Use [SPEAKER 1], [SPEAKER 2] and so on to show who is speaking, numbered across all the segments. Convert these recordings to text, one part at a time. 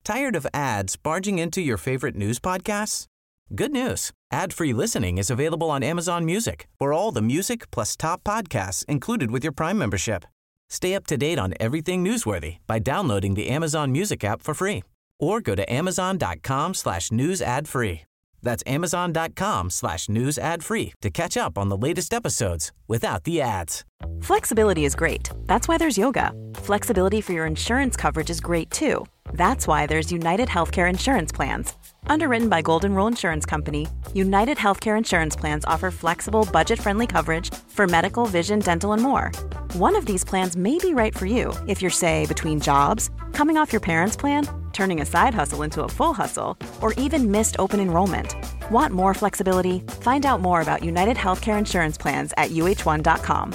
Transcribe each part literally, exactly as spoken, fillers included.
[SPEAKER 1] Tired of ads barging into your favorite news podcasts? Good news. Ad-free listening is available on Amazon Music for all the music plus top podcasts included with your Prime membership. Stay up to date on everything newsworthy by downloading the Amazon Music app for free or go to amazon.com slash news ad free. That's amazon.com slash news ad free to catch up on the latest episodes without the ads.
[SPEAKER 2] Flexibility is great. That's why there's yoga. Flexibility for your insurance coverage is great too. That's why there's United Healthcare Insurance Plans. Underwritten by Golden Rule Insurance Company, United Healthcare Insurance Plans offer flexible, budget-friendly coverage for medical, vision, dental, and more. One of these plans may be right for you if you're, say, between jobs, coming off your parents' plan, turning a side hustle into a full hustle, or even missed open enrollment. Want more flexibility? Find out more about United Healthcare Insurance Plans at U H one dot com.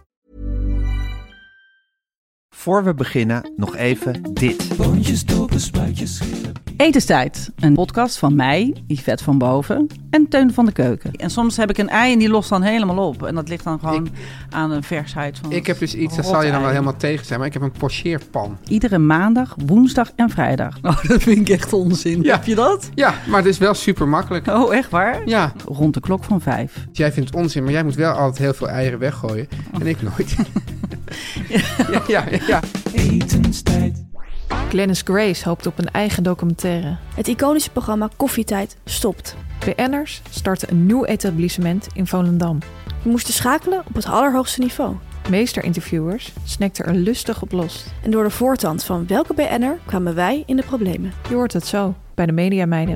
[SPEAKER 3] Voor we beginnen, nog even dit.
[SPEAKER 4] Boontjes, dopen, spuitjes, schillen.
[SPEAKER 5] Etenstijd, een podcast van mij, Yvette van Boven en Teun van de Keuken. En soms heb ik een ei en die lost dan helemaal op. En dat ligt dan gewoon ik, aan de versheid van
[SPEAKER 6] Ik heb dus iets, dat zal je dan wel helemaal tegen zijn, maar ik heb een pocheerpan.
[SPEAKER 5] Iedere maandag, woensdag en vrijdag. Oh, dat vind ik echt onzin.
[SPEAKER 6] Ja.
[SPEAKER 5] Heb je dat?
[SPEAKER 6] Ja, maar het is wel super makkelijk.
[SPEAKER 5] Oh, echt waar?
[SPEAKER 6] Ja.
[SPEAKER 5] Rond de klok van vijf.
[SPEAKER 6] Jij vindt onzin, maar jij moet wel altijd heel veel eieren weggooien. En ik nooit. ja, ja, ja, ja.
[SPEAKER 4] Etenstijd.
[SPEAKER 7] Glennis Grace hoopt op een eigen documentaire.
[SPEAKER 8] Het iconische programma Koffietijd stopt.
[SPEAKER 7] B N'ers starten een nieuw etablissement in Volendam.
[SPEAKER 8] We moesten schakelen op het allerhoogste niveau.
[SPEAKER 7] Meesterinterviewers snakten er lustig op los.
[SPEAKER 8] En door de voortand van welke B N'er kwamen wij in de problemen.
[SPEAKER 7] Je hoort het zo bij de Mediameiden.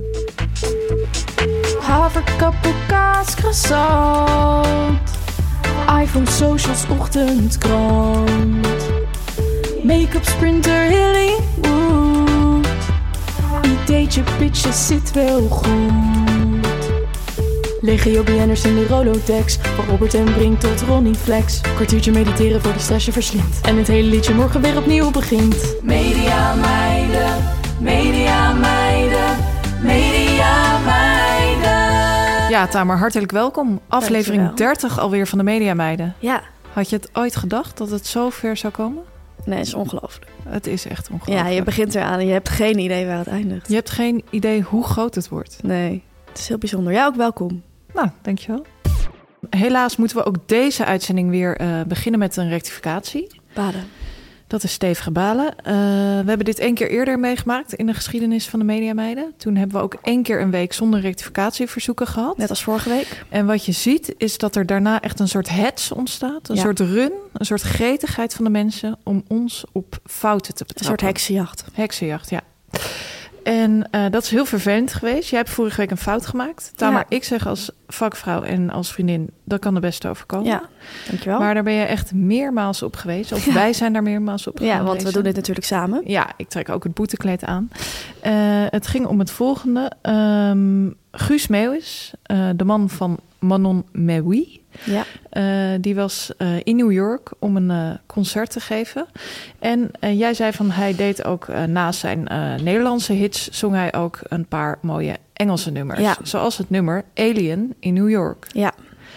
[SPEAKER 9] Haverkappel, kaas, croissant. iPhone, socials, ochtendkrant. Make-up, sprinter, Hollywood. Ideetje, pitches, zit wel goed. Legio B N'ers in de Rolodex. Van Robert en Brink tot Ronnie Flex. Kwartiertje mediteren voor de stress je verslindt. En het hele liedje morgen weer opnieuw begint. Media meiden, media meiden, media meiden.
[SPEAKER 7] Ja, Tamer, hartelijk welkom. Aflevering
[SPEAKER 8] Dankjewel.
[SPEAKER 7] dertig alweer van de Mediameiden.
[SPEAKER 8] Ja.
[SPEAKER 7] Had je het ooit gedacht dat het zo ver zou komen?
[SPEAKER 8] Nee, het is ongelooflijk.
[SPEAKER 7] Het is echt ongelooflijk.
[SPEAKER 8] Ja, je begint eraan en je hebt geen idee waar het eindigt.
[SPEAKER 7] Je hebt geen idee hoe groot het wordt.
[SPEAKER 8] Nee, het is heel bijzonder. Jij ook welkom.
[SPEAKER 7] Nou, dankjewel. Helaas moeten we ook deze uitzending weer uh, beginnen met een rectificatie.
[SPEAKER 8] Baden.
[SPEAKER 7] Dat is stevige balen. Uh, we hebben dit één keer eerder meegemaakt in de geschiedenis van de Mediameiden. Toen hebben we ook één keer een week zonder rectificatieverzoeken gehad.
[SPEAKER 8] Net als vorige week.
[SPEAKER 7] En wat je ziet is dat er daarna echt een soort hets ontstaat. Een
[SPEAKER 8] ja.
[SPEAKER 7] soort run, een soort gretigheid van de mensen om ons op fouten te betrappen.
[SPEAKER 8] Een soort heksenjacht.
[SPEAKER 7] Heksenjacht, ja. En uh, dat is heel vervelend geweest. Jij hebt vorige week een fout gemaakt. Tamer, ja. Ik zeg als vakvrouw en als vriendin, dat kan de beste overkomen.
[SPEAKER 8] Ja, dankjewel.
[SPEAKER 7] Maar daar ben je echt meermaals op geweest. Of ja. wij zijn daar meermaals op geweest.
[SPEAKER 8] Ja, want we doen dit natuurlijk samen.
[SPEAKER 7] Ja, ik trek ook het boetekleed aan. Uh, het ging om het volgende. Um, Guus Meeuwis, uh, de man van Manon Mewi.
[SPEAKER 8] Ja.
[SPEAKER 7] Uh, die was uh, in New York om een uh, concert te geven. En uh, jij zei van hij deed ook uh, naast zijn uh, Nederlandse hits, zong hij ook een paar mooie Engelse nummers.
[SPEAKER 8] Ja.
[SPEAKER 7] Zoals het nummer Alien in New York.
[SPEAKER 8] Ja.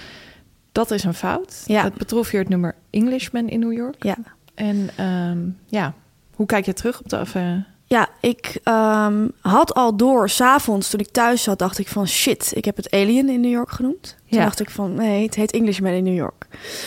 [SPEAKER 7] Dat is een fout.
[SPEAKER 8] Ja.
[SPEAKER 7] Het betrof hier het nummer Englishman in New York.
[SPEAKER 8] Ja.
[SPEAKER 7] En um, ja, hoe kijk je terug op de affaire?
[SPEAKER 8] Ja, ik um, had al door, 's avonds toen ik thuis zat, dacht ik van shit, ik heb het Alien in New York genoemd. Toen
[SPEAKER 7] ja.
[SPEAKER 8] dacht ik van nee, het heet Englishman in New York.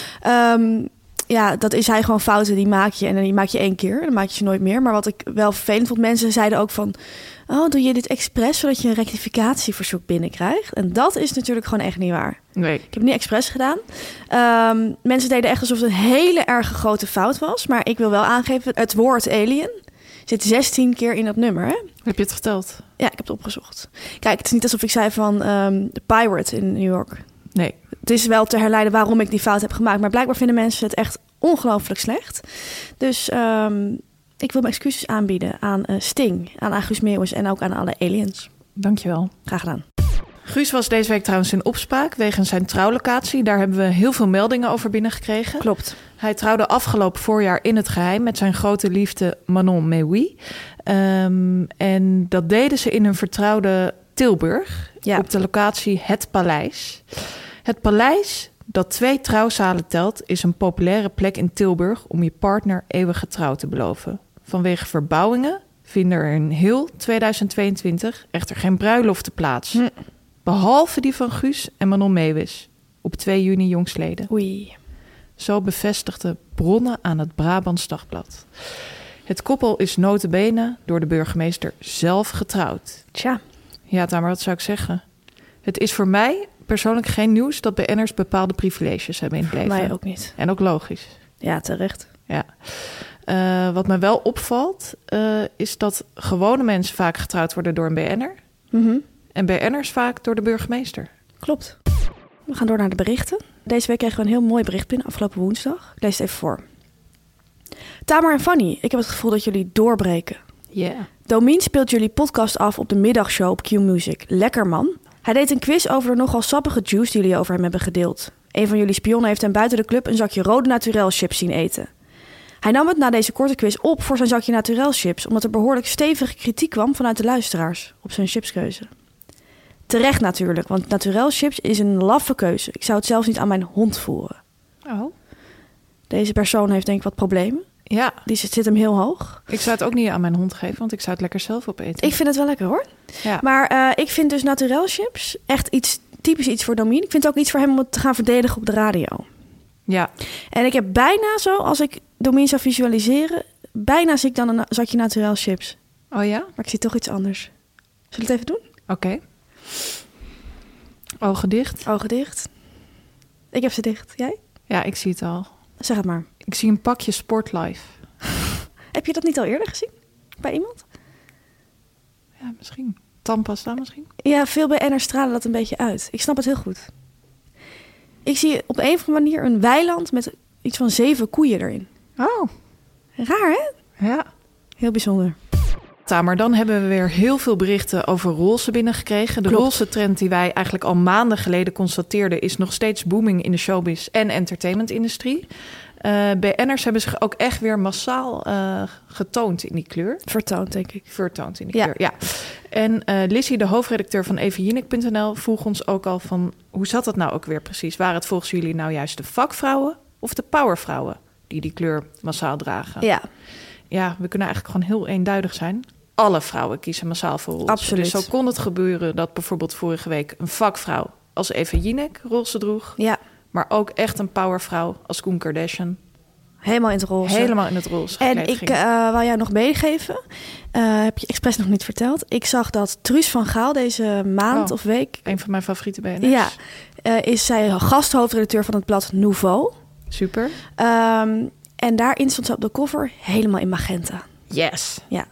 [SPEAKER 8] Um, ja, dat is hij gewoon fouten, die maak je en die maak je één keer. Dan maak je ze nooit meer. Maar wat ik wel vervelend vond, mensen zeiden ook van, oh, doe je dit expres zodat je een rectificatieverzoek binnenkrijgt? En dat is natuurlijk gewoon echt niet waar.
[SPEAKER 7] Nee.
[SPEAKER 8] Ik heb het niet expres gedaan. Um, mensen deden echt alsof het een hele erge grote fout was. Maar ik wil wel aangeven, het woord Alien zit zestien keer in dat nummer, hè?
[SPEAKER 7] Heb je het geteld?
[SPEAKER 8] Ja, ik heb het opgezocht. Kijk, het is niet alsof ik zei van um, The Pirate in New York.
[SPEAKER 7] Nee.
[SPEAKER 8] Het is wel te herleiden waarom ik die fout heb gemaakt. Maar blijkbaar vinden mensen het echt ongelooflijk slecht. Dus um, ik wil mijn excuses aanbieden aan uh, Sting, aan Agus Meeuwis en ook aan alle aliens.
[SPEAKER 7] Dankjewel.
[SPEAKER 8] Graag gedaan.
[SPEAKER 7] Guus was deze week trouwens in opspraak wegens zijn trouwlocatie. Daar hebben we heel veel meldingen over binnengekregen.
[SPEAKER 8] Klopt.
[SPEAKER 7] Hij trouwde afgelopen voorjaar in het geheim met zijn grote liefde Manon Mewi. Um, en dat deden ze in hun vertrouwde Tilburg, ja. Op de locatie Het Paleis. Het Paleis, dat twee trouwzalen telt, is een populaire plek in Tilburg om je partner eeuwige trouw te beloven. Vanwege verbouwingen, vinden er in heel tweeduizend tweeëntwintig echter geen bruiloften plaats. Hm. Behalve die van Guus en Manon Meeuwis op twee juni jongstleden.
[SPEAKER 8] Oei.
[SPEAKER 7] Zo bevestigden bronnen aan het Brabants Dagblad. Het koppel is nota bene door de burgemeester zelf getrouwd.
[SPEAKER 8] Tja.
[SPEAKER 7] Ja, Tamer, wat zou ik zeggen? Het is voor mij persoonlijk geen nieuws dat B N'ers bepaalde privileges hebben in het leven.
[SPEAKER 8] Mij ook niet.
[SPEAKER 7] En ook logisch.
[SPEAKER 8] Ja, terecht.
[SPEAKER 7] Ja. Uh, wat mij wel opvalt, uh, is dat gewone mensen vaak getrouwd worden door een B N'er.
[SPEAKER 8] Mm-hmm.
[SPEAKER 7] En B N'ers vaak door de burgemeester.
[SPEAKER 8] Klopt. We gaan door naar de berichten. Deze week kregen we een heel mooi bericht binnen, afgelopen woensdag. Ik lees het even voor. Tamer en Fanny, ik heb het gevoel dat jullie doorbreken.
[SPEAKER 7] Ja. Yeah.
[SPEAKER 8] Domien speelt jullie podcast af op de middagshow op Q-Music. Lekker man. Hij deed een quiz over de nogal sappige juice die jullie over hem hebben gedeeld. Een van jullie spionnen heeft hem buiten de club een zakje rode naturel chips zien eten. Hij nam het na deze korte quiz op voor zijn zakje naturel chips, omdat er behoorlijk stevige kritiek kwam vanuit de luisteraars op zijn chipskeuze. Terecht natuurlijk, want naturel chips is een laffe keuze. Ik zou het zelfs niet aan mijn hond voeren.
[SPEAKER 7] Oh.
[SPEAKER 8] Deze persoon heeft denk ik wat problemen.
[SPEAKER 7] Ja.
[SPEAKER 8] Die zit, zit hem heel hoog.
[SPEAKER 7] Ik zou het ook niet aan mijn hond geven, want ik zou het lekker zelf opeten.
[SPEAKER 8] Ik vind het wel lekker hoor.
[SPEAKER 7] Ja.
[SPEAKER 8] Maar uh, ik vind dus naturel chips echt iets typisch iets voor Domien. Ik vind het ook iets voor hem om het te gaan verdedigen op de radio.
[SPEAKER 7] Ja.
[SPEAKER 8] En ik heb bijna zo, als ik Domien zou visualiseren, bijna zie ik dan een zakje naturel chips.
[SPEAKER 7] Oh ja?
[SPEAKER 8] Maar ik zie toch iets anders. Zullen we het even doen?
[SPEAKER 7] Oké. Okay. Ogen dicht.
[SPEAKER 8] Ogen dicht. Ik heb ze dicht. Jij?
[SPEAKER 7] Ja, ik zie het al.
[SPEAKER 8] Zeg het maar.
[SPEAKER 7] Ik zie een pakje Sportlife.
[SPEAKER 8] Heb je dat niet al eerder gezien? Bij iemand?
[SPEAKER 7] Ja, misschien. Tandpasta misschien?
[SPEAKER 8] Ja, veel B N'ers stralen dat een beetje uit. Ik snap het heel goed. Ik zie op een of andere manier een weiland met iets van zeven koeien erin.
[SPEAKER 7] Oh.
[SPEAKER 8] Raar, hè?
[SPEAKER 7] Ja.
[SPEAKER 8] Heel bijzonder.
[SPEAKER 7] Maar dan hebben we weer heel veel berichten over roze binnengekregen. De
[SPEAKER 8] Klopt.
[SPEAKER 7] roze trend die wij eigenlijk al maanden geleden constateerden is nog steeds booming in de showbiz en entertainmentindustrie. Uh, B N'ers hebben zich ook echt weer massaal uh, getoond in die kleur.
[SPEAKER 8] Vertoond, denk ik.
[SPEAKER 7] Vertoond in die
[SPEAKER 8] ja.
[SPEAKER 7] kleur, ja. En uh, Lizzie, de hoofdredacteur van even jinek punt n l, vroeg ons ook al van, hoe zat dat nou ook weer precies? Waren het volgens jullie nou juist de vakvrouwen of de powervrouwen die die kleur massaal dragen?
[SPEAKER 8] Ja.
[SPEAKER 7] Ja, we kunnen eigenlijk gewoon heel eenduidig zijn. Alle vrouwen kiezen massaal voor roze.
[SPEAKER 8] Absoluut.
[SPEAKER 7] Dus zo kon het gebeuren dat bijvoorbeeld vorige week een vakvrouw als Eva Jinek roze droeg.
[SPEAKER 8] Ja.
[SPEAKER 7] Maar ook echt een powervrouw als Koen Kardashian.
[SPEAKER 8] Helemaal in het roze.
[SPEAKER 7] Helemaal in het roze.
[SPEAKER 8] En ik uh, wil jou nog meegeven. Uh, heb je expres nog niet verteld. Ik zag dat Truus van Gaal deze maand
[SPEAKER 7] oh,
[SPEAKER 8] of week...
[SPEAKER 7] Een van mijn favoriete B N'ers.
[SPEAKER 8] Ja. Uh, is zij gasthoofdredacteur van het blad Nouveau.
[SPEAKER 7] Super.
[SPEAKER 8] Um, en daarin stond ze op de cover helemaal in magenta.
[SPEAKER 7] Yes.
[SPEAKER 8] Ja.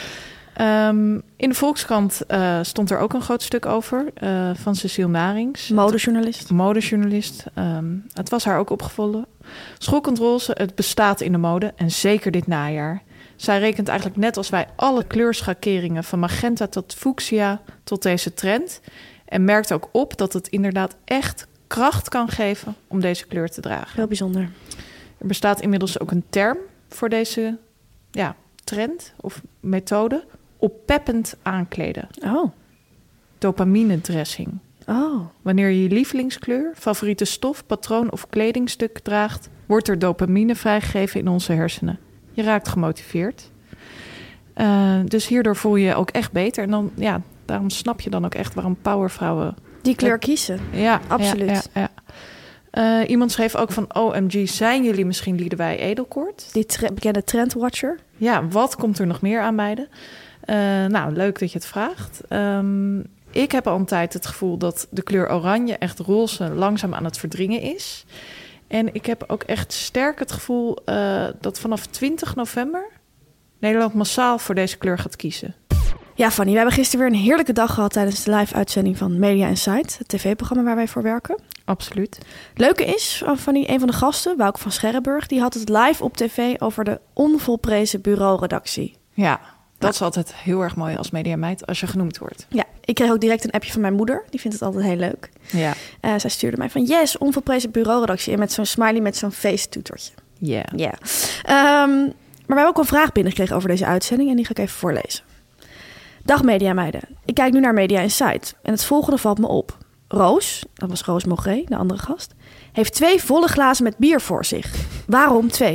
[SPEAKER 7] Um, in de Volkskrant uh, stond er ook een groot stuk over uh, van Cecile Narings.
[SPEAKER 8] Modejournalist.
[SPEAKER 7] Modejournalist. Um, het was haar ook opgevallen. Schokkend roze, het bestaat in de mode en zeker dit najaar. Zij rekent eigenlijk net als wij alle kleurschakeringen van magenta tot fuchsia tot deze trend. En merkt ook op dat het inderdaad echt kracht kan geven om deze kleur te dragen.
[SPEAKER 8] Heel bijzonder.
[SPEAKER 7] Er bestaat inmiddels ook een term voor deze ja, trend of methode. Oppeppend aankleden.
[SPEAKER 8] Oh.
[SPEAKER 7] Dopamine dressing.
[SPEAKER 8] Oh.
[SPEAKER 7] Wanneer je je lievelingskleur, favoriete stof, patroon of kledingstuk draagt, wordt er dopamine vrijgegeven in onze hersenen. Je raakt gemotiveerd. Uh, dus hierdoor voel je je ook echt beter. En dan, ja, daarom snap je dan ook echt waarom powervrouwen
[SPEAKER 8] die kleur kiezen.
[SPEAKER 7] Ja,
[SPEAKER 8] absoluut.
[SPEAKER 7] Ja, ja, ja. Uh, iemand schreef ook van O M G, zijn jullie misschien Liedewij Edelkoort?
[SPEAKER 8] Die tre- bekende trendwatcher.
[SPEAKER 7] Ja, wat komt er nog meer aan beide? Uh, nou, leuk dat je het vraagt. Um, ik heb al een tijd het gevoel dat de kleur oranje echt roze langzaam aan het verdringen is. En ik heb ook echt sterk het gevoel uh, dat vanaf twintig november Nederland massaal voor deze kleur gaat kiezen.
[SPEAKER 8] Ja, Fanny, we hebben gisteren weer een heerlijke dag gehad tijdens de live-uitzending van Media Insight, het tv-programma waar wij voor werken.
[SPEAKER 7] Absoluut.
[SPEAKER 8] Leuke is, Fanny, een van de gasten, Wouke van Scherrenburg, die had het live op tv over de onvolprezen bureauredactie.
[SPEAKER 7] Ja, dat ja. is altijd heel erg mooi als mediameid als je genoemd wordt.
[SPEAKER 8] Ja, ik kreeg ook direct een appje van mijn moeder. Die vindt het altijd heel leuk.
[SPEAKER 7] Ja.
[SPEAKER 8] Uh, zij stuurde mij van, yes, onvolprezen bureauredactie. En met zo'n smiley met zo'n face-toetertje.
[SPEAKER 7] Ja.
[SPEAKER 8] Yeah. Yeah. Um, maar we hebben ook een vraag binnengekregen over deze uitzending. En die ga ik even voorlezen. Dag mediameiden. Ik kijk nu naar Media Insight. En het volgende valt me op. Roos, dat was Roos Mogré, de andere gast, heeft twee volle glazen met bier voor zich. Waarom twee?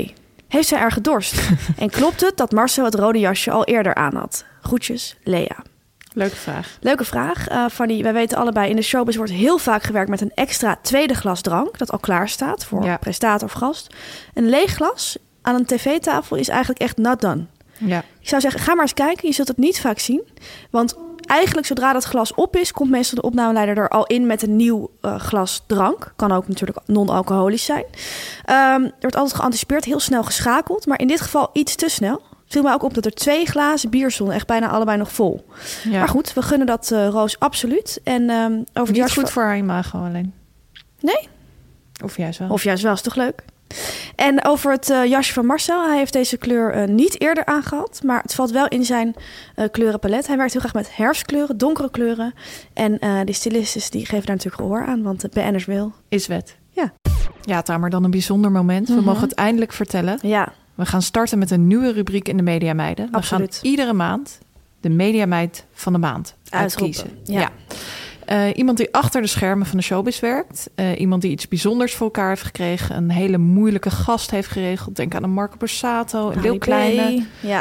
[SPEAKER 8] Heeft zij erge dorst? En klopt het dat Marcel het rode jasje al eerder aan had? Groetjes, Lea.
[SPEAKER 7] Leuke vraag.
[SPEAKER 8] Leuke vraag. Uh, Fanny, wij weten allebei, in de showbiz wordt heel vaak gewerkt met een extra tweede glas drank, dat al klaar staat voor
[SPEAKER 7] Ja.
[SPEAKER 8] presentator of gast. Een leeg glas aan een tv-tafel is eigenlijk echt not done.
[SPEAKER 7] Ja.
[SPEAKER 8] Ik zou zeggen, ga maar eens kijken. Je zult het niet vaak zien. Want eigenlijk zodra dat glas op is, komt meestal de opnameleider er al in met een nieuw uh, glas drank. Kan ook natuurlijk non-alcoholisch zijn. Um, er wordt altijd geanticipeerd, heel snel geschakeld. Maar in dit geval iets te snel. Het viel mij ook op dat er twee glazen bier stonden. Echt bijna allebei nog vol.
[SPEAKER 7] Ja.
[SPEAKER 8] Maar goed, we gunnen dat uh, Roos absoluut. En um, over
[SPEAKER 7] Niet
[SPEAKER 8] jas
[SPEAKER 7] goed
[SPEAKER 8] van-
[SPEAKER 7] voor haar imago alleen.
[SPEAKER 8] Nee?
[SPEAKER 7] Of juist wel.
[SPEAKER 8] Of juist wel, is toch leuk? En over het uh, jasje van Marcel. Hij heeft deze kleur uh, niet eerder aangehad. Maar het valt wel in zijn uh, kleurenpalet. Hij werkt heel graag met herfstkleuren, donkere kleuren. En uh, die stylistes die geven daar natuurlijk gehoor aan. Want de B N'ers wil.
[SPEAKER 7] Is wet.
[SPEAKER 8] Ja.
[SPEAKER 7] Ja, Tamer, dan een bijzonder moment. We
[SPEAKER 8] Mhm.
[SPEAKER 7] mogen het eindelijk vertellen.
[SPEAKER 8] Ja,
[SPEAKER 7] We gaan starten met een nieuwe rubriek in de Media Meiden. We
[SPEAKER 8] Absoluut.
[SPEAKER 7] gaan iedere maand de Media Meid van de maand
[SPEAKER 8] Uitroepen.
[SPEAKER 7] uitkiezen.
[SPEAKER 8] Ja.
[SPEAKER 7] Uh, iemand die achter de schermen van de showbiz werkt. Uh, iemand die iets bijzonders voor elkaar heeft gekregen. Een hele moeilijke gast heeft geregeld. Denk aan een Marco Borsato, een Leeuw Kleine.
[SPEAKER 8] Ja.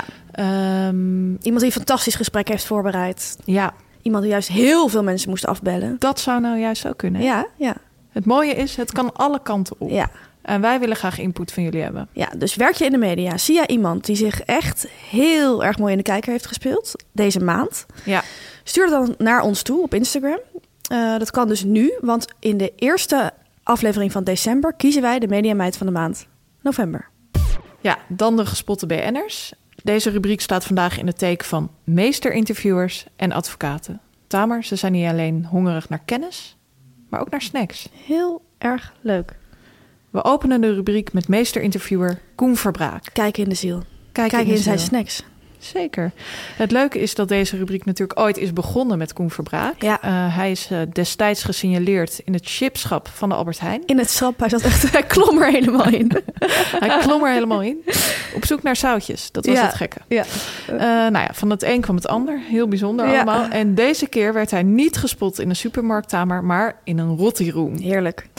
[SPEAKER 7] Um,
[SPEAKER 8] Iemand die een fantastisch gesprek heeft voorbereid.
[SPEAKER 7] ja,
[SPEAKER 8] Iemand die juist heel veel mensen moest afbellen.
[SPEAKER 7] dat zou nou juist ook kunnen.
[SPEAKER 8] Ja, ja,
[SPEAKER 7] Het mooie is, het kan alle kanten op.
[SPEAKER 8] ja.
[SPEAKER 7] En wij willen graag input van jullie hebben.
[SPEAKER 8] Ja, dus werk je in de media, zie jij iemand die zich echt heel erg mooi in de kijker heeft gespeeld deze maand?
[SPEAKER 7] Ja.
[SPEAKER 8] Stuur het dan naar ons toe op Instagram. Uh, dat kan dus nu, want in de eerste aflevering van december kiezen wij de Mediameid van de maand november.
[SPEAKER 7] Ja, dan de gespotte B N'ers. Deze rubriek staat vandaag in het teken van meesterinterviewers en advocaten. Tamer, ze zijn niet alleen hongerig naar kennis, maar ook naar snacks.
[SPEAKER 8] Heel erg leuk.
[SPEAKER 7] We openen de rubriek met meesterinterviewer Koen Verbraak.
[SPEAKER 8] Kijken in de ziel.
[SPEAKER 7] Kijk
[SPEAKER 8] Kijken in zijn
[SPEAKER 7] ziel.
[SPEAKER 8] snacks.
[SPEAKER 7] Zeker. Het leuke is dat deze rubriek natuurlijk ooit is begonnen met Koen Verbraak.
[SPEAKER 8] Ja.
[SPEAKER 7] Uh, hij is uh, destijds gesignaleerd in het chipschap van de Albert Heijn.
[SPEAKER 8] In het schap, hij zat echt, hij klom er helemaal in.
[SPEAKER 7] Hij klom er helemaal in. Op zoek naar zoutjes. Dat was
[SPEAKER 8] Ja.
[SPEAKER 7] het gekke.
[SPEAKER 8] Ja.
[SPEAKER 7] Uh, nou ja, van het een kwam het ander. Heel bijzonder
[SPEAKER 8] Ja.
[SPEAKER 7] allemaal. En deze keer werd hij niet gespot in een supermarkttamer, maar in een rotti-room.
[SPEAKER 8] Heerlijk.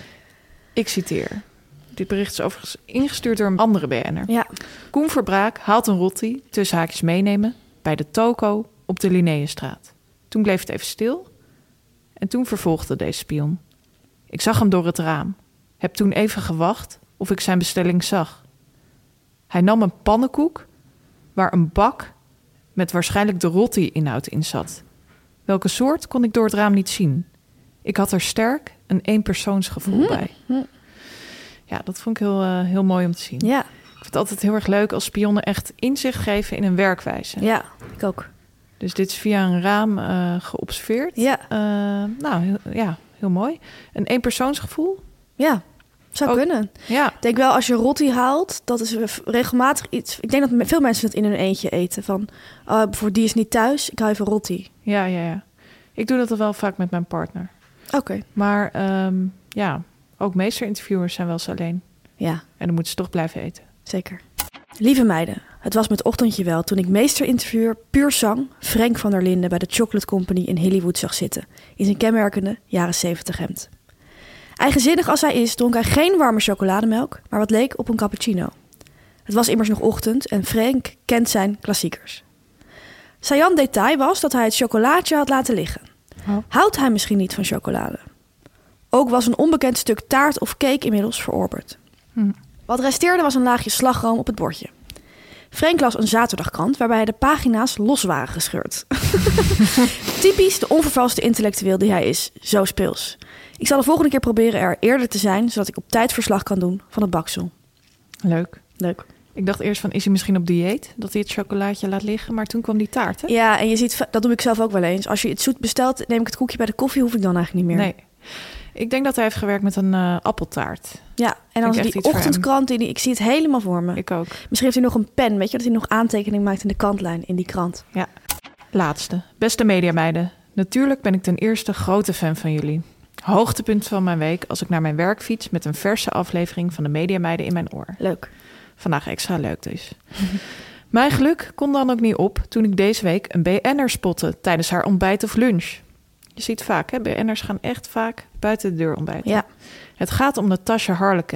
[SPEAKER 7] Ik citeer. Dit bericht is overigens ingestuurd door een andere B N'er.
[SPEAKER 8] Ja.
[SPEAKER 7] Koen Verbraak haalt een rotti, tussen haakjes meenemen, bij de toko op de Linnaeusstraat. Toen bleef het even stil en toen vervolgde deze spion. Ik zag hem door het raam. Heb toen even gewacht of ik zijn bestelling zag. Hij nam een pannenkoek waar een bak met waarschijnlijk de rotti-inhoud in zat. Welke soort kon ik door het raam niet zien. Ik had er sterk een eenpersoonsgevoel
[SPEAKER 8] Hm.
[SPEAKER 7] bij. Ja, dat vond ik heel, uh, heel mooi om te zien.
[SPEAKER 8] Ja.
[SPEAKER 7] Ik vind het altijd heel erg leuk als spionnen echt inzicht geven in hun werkwijze.
[SPEAKER 8] Ja, ik ook.
[SPEAKER 7] Dus dit is via een raam uh, geobserveerd.
[SPEAKER 8] Ja.
[SPEAKER 7] Uh, nou, heel, ja, heel mooi. Een eenpersoonsgevoel.
[SPEAKER 8] Ja, zou
[SPEAKER 7] Ook-
[SPEAKER 8] kunnen.
[SPEAKER 7] Ja,
[SPEAKER 8] Ik denk wel, als je rotti haalt, dat is regelmatig iets. Ik denk dat veel mensen het in hun eentje eten. Van, uh, voor die is niet thuis, ik hou even rotti.
[SPEAKER 7] ja, ja, ja. Ik doe dat wel vaak met mijn partner.
[SPEAKER 8] Oké.
[SPEAKER 7] Maar um, ja, ook meesterinterviewers zijn wel eens alleen.
[SPEAKER 8] Ja,
[SPEAKER 7] En dan moeten ze toch blijven eten.
[SPEAKER 8] zeker. Lieve meiden, het was met ochtendje wel toen ik meesterinterviewer puur zang Frank van der Linden bij de Chocolate Company in Hollywood zag zitten. In zijn kenmerkende jaren zeventig hemd. Eigenzinnig als hij is, dronk hij geen warme chocolademelk, maar wat leek op een cappuccino. Het was immers nog ochtend en Frank kent zijn klassiekers. Saillant detail was dat hij het chocolaatje had laten liggen.
[SPEAKER 7] Oh.
[SPEAKER 8] Houdt hij misschien niet van chocolade? Ook was een onbekend stuk taart of cake inmiddels verorberd.
[SPEAKER 7] Hm.
[SPEAKER 8] Wat resteerde was een laagje slagroom op het bordje. Frank las een zaterdagkrant waarbij de pagina's los waren gescheurd. Typisch de onvervalste intellectueel die hij is, zo speels. Ik zal de volgende keer proberen er eerder te zijn, zodat ik op tijd verslag kan doen van het baksel.
[SPEAKER 7] Leuk.
[SPEAKER 8] Leuk.
[SPEAKER 7] Ik dacht eerst van, is hij misschien op dieet? Dat hij het chocolaatje laat liggen. Maar toen kwam die taart, hè?
[SPEAKER 8] Ja, en je ziet, dat doe ik zelf ook wel eens. Als je iets zoet bestelt, neem ik het koekje bij de koffie, hoef ik dan eigenlijk niet meer.
[SPEAKER 7] Nee. Ik denk dat hij heeft gewerkt met een uh, appeltaart.
[SPEAKER 8] Ja, en dan
[SPEAKER 7] ik echt
[SPEAKER 8] die
[SPEAKER 7] iets voor
[SPEAKER 8] ochtendkrant, die, ik zie het helemaal voor me.
[SPEAKER 7] Ik ook.
[SPEAKER 8] Misschien heeft hij nog een pen, weet je, dat hij nog aantekening maakt in de kantlijn, in die krant.
[SPEAKER 7] Ja. Laatste. Beste mediameiden. Natuurlijk ben ik ten eerste grote fan van jullie. Hoogtepunt van mijn week als ik naar mijn werk fiets met een verse aflevering van de Mediameiden in mijn oor.
[SPEAKER 8] Leuk.
[SPEAKER 7] Vandaag extra leuk dus. Mijn geluk kon dan ook niet op toen ik deze week een B N'er spotte tijdens haar ontbijt of lunch. Je ziet vaak, hè? B N'ers gaan echt vaak buiten de deur ontbijten.
[SPEAKER 8] Ja.
[SPEAKER 7] Het gaat om Natasja Harleke.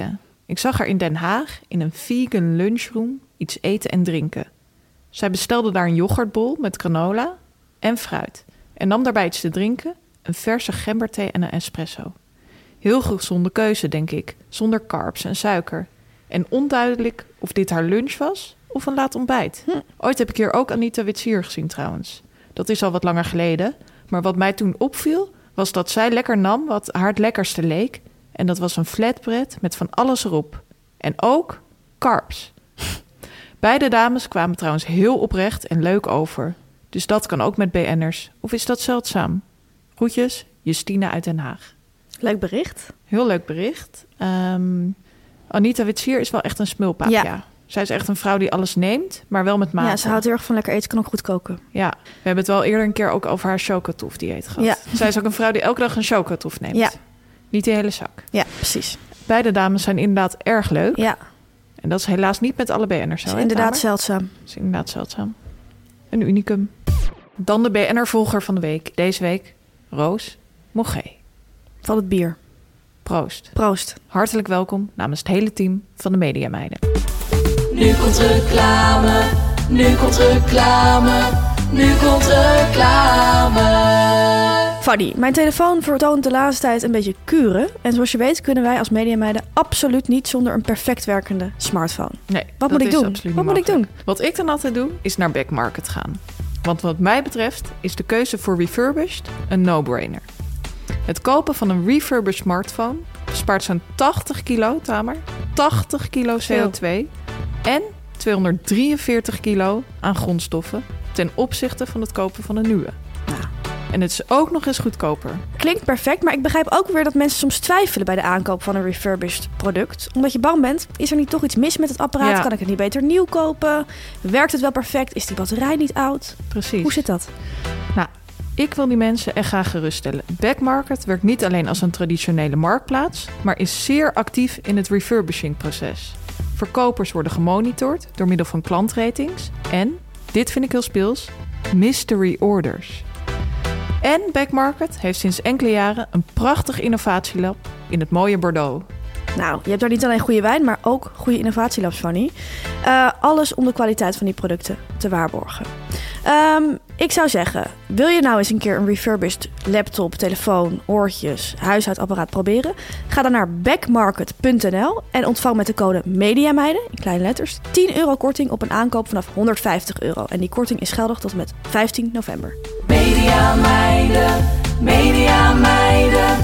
[SPEAKER 7] Ik zag haar in Den Haag in een vegan lunchroom iets eten en drinken. Zij bestelde daar een yoghurtbol met granola en fruit. En nam daarbij iets te drinken, een verse gemberthee en een espresso. Heel gezonde keuze, denk ik, zonder carbs en suiker. En onduidelijk of dit haar lunch was of een laat ontbijt. Hm. Ooit heb ik hier ook Anita Witsier gezien trouwens. Dat is al wat langer geleden. Maar wat mij toen opviel, was dat zij lekker nam wat haar het lekkerste leek. En dat was een flatbread met van alles erop. En ook carbs. Beide dames kwamen trouwens heel oprecht en leuk over. Dus dat kan ook met B N'ers. Of is dat zeldzaam? Groetjes, Justina uit Den Haag.
[SPEAKER 8] Leuk bericht.
[SPEAKER 7] Heel leuk bericht. Um, Anita Witsier is wel echt een smulpaap, ja. ja. Zij is echt een vrouw die alles neemt, maar wel met mate.
[SPEAKER 8] Ja, ze houdt heel erg van lekker eten, kan ook goed koken.
[SPEAKER 7] Ja, we hebben het wel eerder een keer ook over haar chocatoef-dieet gehad. Ja. Zij is ook een vrouw die elke dag een chocatoef neemt. Ja. Niet de hele zak.
[SPEAKER 8] Ja, precies.
[SPEAKER 7] Beide dames zijn inderdaad erg leuk.
[SPEAKER 8] Ja.
[SPEAKER 7] En dat is helaas niet met alle B N'ers zo.
[SPEAKER 8] Is inderdaad Tamer? zeldzaam.
[SPEAKER 7] Is inderdaad zeldzaam. Een unicum. Dan de B N'er-volger van de week. Deze week, Roos Mogé.
[SPEAKER 8] Van het bier.
[SPEAKER 7] Proost.
[SPEAKER 8] Proost.
[SPEAKER 7] Hartelijk welkom namens het hele team van de Mediameiden.
[SPEAKER 9] Nu komt reclame, nu komt reclame, nu komt reclame.
[SPEAKER 8] Fanny, mijn telefoon vertoont de laatste tijd een beetje kuren. En zoals je weet kunnen wij als Mediameiden absoluut niet zonder een perfect werkende smartphone.
[SPEAKER 7] Nee,
[SPEAKER 8] wat moet ik doen? Wat moet ik doen?
[SPEAKER 7] Wat ik dan altijd doe, is naar Back Market gaan. Want wat mij betreft is de keuze voor refurbished een no-brainer. Het kopen van een refurbished smartphone bespaart zo'n tachtig kilo, Tamer, tachtig kilo C O twee en tweehonderddrieënveertig kilo aan grondstoffen ten opzichte van het kopen van een nieuwe. Nou. En het is ook nog eens goedkoper.
[SPEAKER 8] Klinkt perfect, maar ik begrijp ook weer dat mensen soms twijfelen bij de aankoop van een refurbished product. Omdat je bang bent, is er niet toch iets mis met het apparaat? Ja. Kan ik het niet beter nieuw kopen? Werkt het wel perfect? Is die batterij niet oud?
[SPEAKER 7] Precies.
[SPEAKER 8] Hoe zit dat?
[SPEAKER 7] Nou, ik wil die mensen echt graag geruststellen. Back Market werkt niet alleen als een traditionele marktplaats, maar is zeer actief in het refurbishing-proces. Verkopers worden gemonitord door middel van klantratings en, dit vind ik heel speels, mystery orders. En Back Market heeft sinds enkele jaren een prachtig innovatielab in het mooie Bordeaux.
[SPEAKER 8] Nou, je hebt daar niet alleen goede wijn, maar ook goede innovatielabs, Fanny. Uh, alles om de kwaliteit van die producten te waarborgen. Um, ik zou zeggen, wil je nou eens een keer een refurbished laptop, telefoon, oortjes, huishoudapparaat proberen? Ga dan naar backmarket punt n l en ontvang met de code MEDIAMEIDEN, in kleine letters, tien euro korting op een aankoop vanaf honderdvijftig euro. En die korting is geldig tot en met vijftien november.
[SPEAKER 9] Mediameiden, Mediameiden,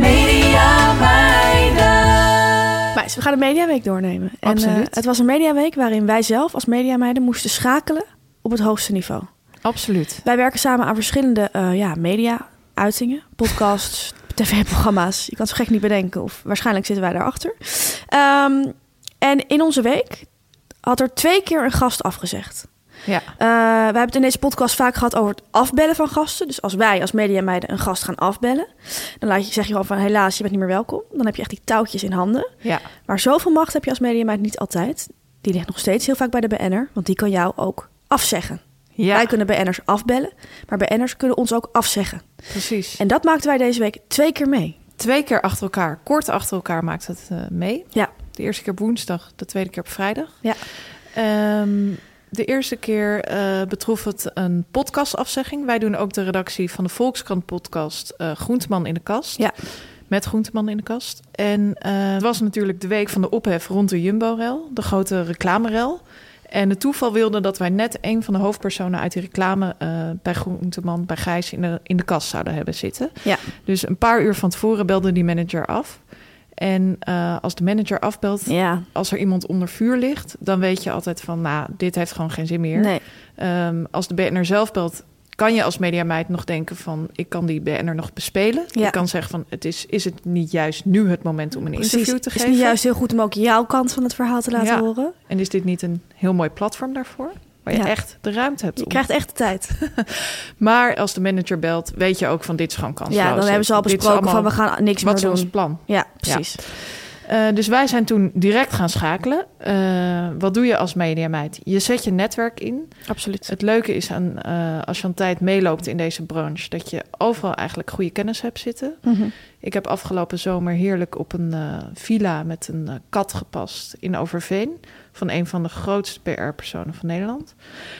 [SPEAKER 9] Mediameiden.
[SPEAKER 8] Meis, we gaan de Mediaweek doornemen. En,
[SPEAKER 7] Absoluut.
[SPEAKER 8] Uh, het was een Mediaweek waarin wij zelf als Mediameiden moesten schakelen op het hoogste niveau.
[SPEAKER 7] Absoluut.
[SPEAKER 8] Wij werken samen aan verschillende uh, ja, media-uitingen, podcasts, tv-programma's. Je kan het zo gek niet bedenken, of waarschijnlijk zitten wij daarachter. Um, en in onze week had er twee keer een gast afgezegd.
[SPEAKER 7] Ja.
[SPEAKER 8] Uh, we hebben het in deze podcast vaak gehad over het afbellen van gasten. Dus als wij als Mediameiden een gast gaan afbellen, dan laat je, zeg je gewoon van helaas, je bent niet meer welkom. Dan heb je echt die touwtjes in handen.
[SPEAKER 7] Ja.
[SPEAKER 8] Maar zoveel macht heb je als Mediameid niet altijd. Die ligt nog steeds heel vaak bij de B N'er, want die kan jou ook afzeggen. Ja. Wij kunnen B N'ers afbellen, maar B N'ers kunnen ons ook afzeggen.
[SPEAKER 7] Precies.
[SPEAKER 8] En dat maakten wij deze week twee keer mee.
[SPEAKER 7] Twee keer achter elkaar, kort achter elkaar maakt het uh, mee.
[SPEAKER 8] Ja.
[SPEAKER 7] De eerste keer op woensdag, de tweede keer op vrijdag.
[SPEAKER 8] Ja.
[SPEAKER 7] Um, de eerste keer uh, betrof het een podcastafzegging. Wij doen ook de redactie van de Volkskrant podcast uh, Groenteman in de kast.
[SPEAKER 8] Ja.
[SPEAKER 7] Met Groenteman in de kast. En uh, het was natuurlijk de week van de ophef rond de Jumbo-rel, de grote reclamerel. En het toeval wilde dat wij net een van de hoofdpersonen uit die reclame uh, bij Groenteman, bij Gijs, in de, in de kast zouden hebben zitten.
[SPEAKER 8] Ja.
[SPEAKER 7] Dus een paar uur van tevoren belde die manager af. En uh, als de manager afbelt,
[SPEAKER 8] ja.
[SPEAKER 7] als er iemand onder vuur ligt, dan weet je altijd van, nou, dit heeft gewoon geen zin meer.
[SPEAKER 8] Nee.
[SPEAKER 7] Um, als de B N'er zelf belt, kan je als mediameid nog denken van, ik kan die B N'er nog bespelen.
[SPEAKER 8] Ja.
[SPEAKER 7] Je kan zeggen van, het is, is het niet juist nu het moment om een
[SPEAKER 8] Precies.
[SPEAKER 7] interview te
[SPEAKER 8] geven?
[SPEAKER 7] geven?
[SPEAKER 8] Is het niet juist heel goed om ook jouw kant van het verhaal te laten
[SPEAKER 7] ja.
[SPEAKER 8] horen?
[SPEAKER 7] En is dit niet een heel mooi platform daarvoor? Waar je ja. echt de ruimte hebt.
[SPEAKER 8] Je
[SPEAKER 7] om.
[SPEAKER 8] krijgt echt de tijd.
[SPEAKER 7] Maar als de manager belt, weet je ook van, dit is gewoon kansloos.
[SPEAKER 8] Ja, dan hebben ze al besproken van, we gaan niks
[SPEAKER 7] Wat
[SPEAKER 8] meer doen.
[SPEAKER 7] Wat is ons plan?
[SPEAKER 8] Ja, precies.
[SPEAKER 7] Uh, dus wij zijn toen direct gaan schakelen. Uh, wat doe je als mediameid? Je zet je netwerk in.
[SPEAKER 8] Absoluut.
[SPEAKER 7] Het leuke is aan, uh, als je een tijd meeloopt in deze branche, dat je overal eigenlijk goede kennis hebt zitten.
[SPEAKER 8] Mm-hmm.
[SPEAKER 7] Ik heb afgelopen zomer heerlijk op een uh, villa met een uh, kat gepast in Overveen. Van een van de grootste P R-personen van Nederland.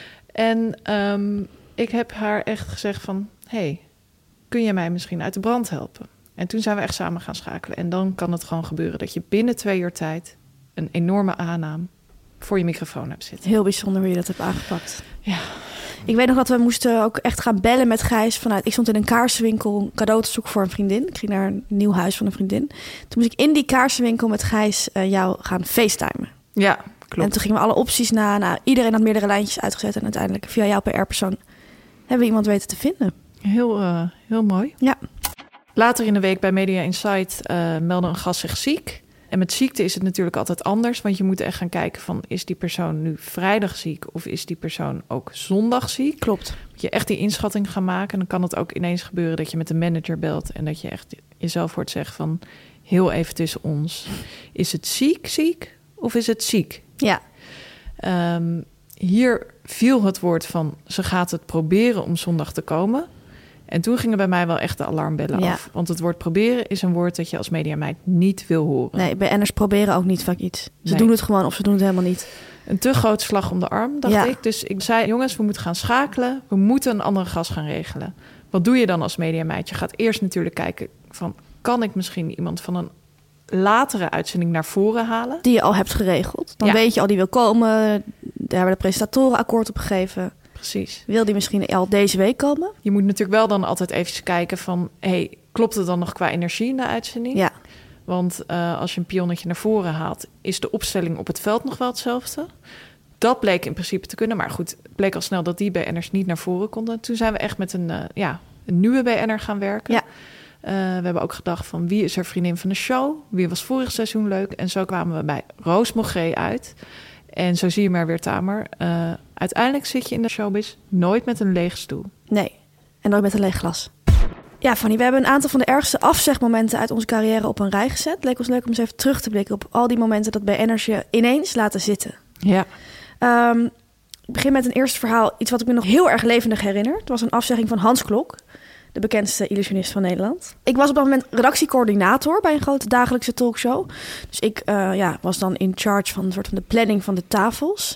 [SPEAKER 7] En um, ik heb haar echt gezegd van, hey, kun je mij misschien uit de brand helpen? En toen zijn we echt samen gaan schakelen. En dan kan het gewoon gebeuren dat je binnen twee uur tijd een enorme aannaam voor je microfoon hebt zitten.
[SPEAKER 8] Heel bijzonder hoe je dat hebt aangepakt.
[SPEAKER 7] Ja.
[SPEAKER 8] Ik weet nog dat we moesten ook echt gaan bellen met Gijs vanuit... Ik stond in een kaarsenwinkel een cadeau te zoeken voor een vriendin. Ik ging naar een nieuw huis van een vriendin. Toen moest ik in die kaarsenwinkel met Gijs uh, jou gaan facetimen.
[SPEAKER 7] Ja, klopt.
[SPEAKER 8] En toen gingen we alle opties na. Nou, iedereen had meerdere lijntjes uitgezet. En uiteindelijk via jouw P R-persoon hebben we iemand weten te vinden.
[SPEAKER 7] Heel, uh, heel mooi.
[SPEAKER 8] Ja.
[SPEAKER 7] Later in de week bij Media Insight uh, meldde een gast zich ziek. En met ziekte is het natuurlijk altijd anders. Want je moet echt gaan kijken van, is die persoon nu vrijdag ziek of is die persoon ook zondag ziek?
[SPEAKER 8] Klopt.
[SPEAKER 7] Moet je echt die inschatting gaan maken. En dan kan het ook ineens gebeuren dat je met de manager belt en dat je echt jezelf hoort zeggen van, heel even tussen ons. Is het ziek ziek of is het ziek?
[SPEAKER 8] Ja.
[SPEAKER 7] Um, hier viel het woord van, ze gaat het proberen om zondag te komen. En toen gingen bij mij wel echt de alarmbellen
[SPEAKER 8] ja.
[SPEAKER 7] af. Want het woord proberen is een woord dat je als mediameid niet wil horen.
[SPEAKER 8] Nee, B N'ers proberen ook niet vaak iets. Ze
[SPEAKER 7] nee.
[SPEAKER 8] doen het gewoon of ze doen het helemaal niet.
[SPEAKER 7] Een te groot slag om de arm, dacht
[SPEAKER 8] ja.
[SPEAKER 7] ik. Dus ik zei, jongens, we moeten gaan schakelen. We moeten een andere gast gaan regelen. Wat doe je dan als mediameid? Je gaat eerst natuurlijk kijken van, kan ik misschien iemand van een latere uitzending naar voren halen?
[SPEAKER 8] Die je al hebt geregeld. Dan ja. weet je al, die wil komen. Daar hebben de presentatoren akkoord op gegeven.
[SPEAKER 7] Precies.
[SPEAKER 8] Wil die misschien al deze week komen?
[SPEAKER 7] Je moet natuurlijk wel dan altijd even kijken van, hey, klopt het dan nog qua energie in de uitzending?
[SPEAKER 8] Ja.
[SPEAKER 7] Want uh, als je een pionnetje naar voren haalt, is de opstelling op het veld nog wel hetzelfde. Dat bleek in principe te kunnen. Maar goed, het bleek al snel dat die B N'ers niet naar voren konden. Toen zijn we echt met een, uh, ja, een nieuwe B N'er gaan werken.
[SPEAKER 8] Ja.
[SPEAKER 7] Uh, we hebben ook gedacht van, wie is er vriendin van de show? Wie was vorig seizoen leuk? En zo kwamen we bij Roos Mogré uit. En zo zie je maar weer, Tamer. Uh, uiteindelijk zit je in de showbiz nooit met een lege stoel.
[SPEAKER 8] Nee, en nooit met een leeg glas. Ja, Fanny, we hebben een aantal van de ergste afzegmomenten uit onze carrière op een rij gezet. Het leek ons leuk om eens even terug te blikken op al die momenten dat B N'ers je ineens laten zitten.
[SPEAKER 7] Ja.
[SPEAKER 8] Um, ik begin met een eerste verhaal. Iets wat ik me nog heel erg levendig herinner. Het was een afzegging van Hans Klok, de bekendste illusionist van Nederland. Ik was op dat moment redactiecoördinator bij een grote dagelijkse talkshow. Dus ik uh, ja, was dan in charge van een soort van de planning van de tafels.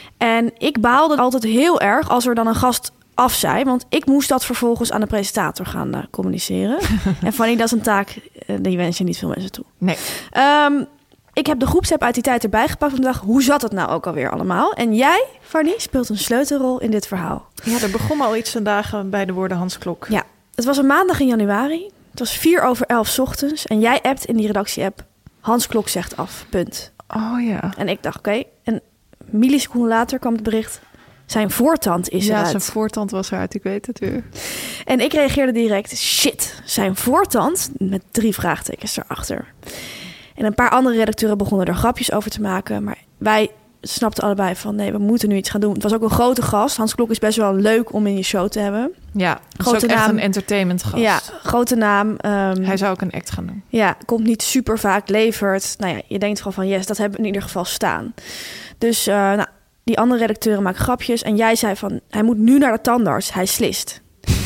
[SPEAKER 8] En ik baalde altijd heel erg als er dan een gast af zei. Want ik moest dat vervolgens aan de presentator gaan uh, communiceren. En Fanny, dat is een taak, uh, die wens je niet veel mensen toe.
[SPEAKER 7] Nee.
[SPEAKER 8] Um, ik heb de groepsapp uit die tijd erbij gepakt en dacht, hoe zat het nou ook alweer allemaal? En jij, Fanny, speelt een sleutelrol in dit verhaal.
[SPEAKER 7] Ja, er begon al iets vandaag bij de woorden Hans Klok.
[SPEAKER 8] Ja, het was een maandag in januari. Het was vier over elf 's ochtends. En jij appt in die redactie-app, Hans Klok zegt af, punt.
[SPEAKER 7] Oh ja.
[SPEAKER 8] En ik dacht, oké. Okay. En milliseconden later kwam het bericht, zijn voortand is
[SPEAKER 7] ja,
[SPEAKER 8] eruit.
[SPEAKER 7] Ja, zijn voortand was eruit, ik weet het weer.
[SPEAKER 8] En ik reageerde direct, shit, zijn voortand, met drie vraagtekens erachter. En een paar andere redacteuren begonnen er grapjes over te maken. Maar wij snapten allebei van, nee, we moeten nu iets gaan doen. Het was ook een grote gast. Hans Klok is best wel leuk om in je show te hebben.
[SPEAKER 7] Ja, dat is ook naam. Echt een entertainment gast.
[SPEAKER 8] Ja, grote naam. Um,
[SPEAKER 7] Hij zou ook een act gaan doen.
[SPEAKER 8] Ja, komt niet super vaak, levert. Nou ja, je denkt gewoon van, yes, dat hebben we in ieder geval staan. Dus uh, nou, die andere redacteuren maken grapjes. En jij zei van, hij moet nu naar de tandarts. Hij slist.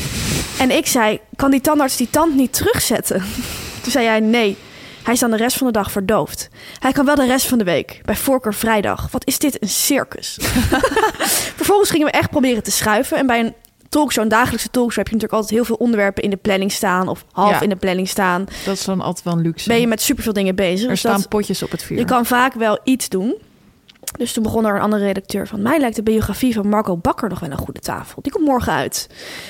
[SPEAKER 8] En ik zei, kan die tandarts die tand niet terugzetten? Toen zei jij, nee. Hij is dan de rest van de dag verdoofd. Hij kan wel de rest van de week. Bij voorkeur vrijdag. Wat is dit, een circus? Vervolgens gingen we echt proberen te schuiven. En bij een talkshow, een dagelijkse talkshow, heb je natuurlijk altijd heel veel onderwerpen in de planning staan. Of half ja, in de planning staan.
[SPEAKER 7] Dat is dan altijd wel een luxe.
[SPEAKER 8] Ben je met superveel dingen bezig.
[SPEAKER 7] Er
[SPEAKER 8] dus
[SPEAKER 7] staan
[SPEAKER 8] dat,
[SPEAKER 7] potjes op het vuur.
[SPEAKER 8] Je kan vaak wel iets doen. Dus toen begon er een andere redacteur van, mij lijkt de biografie van Marco Bakker nog wel een goede tafel. Die komt morgen uit.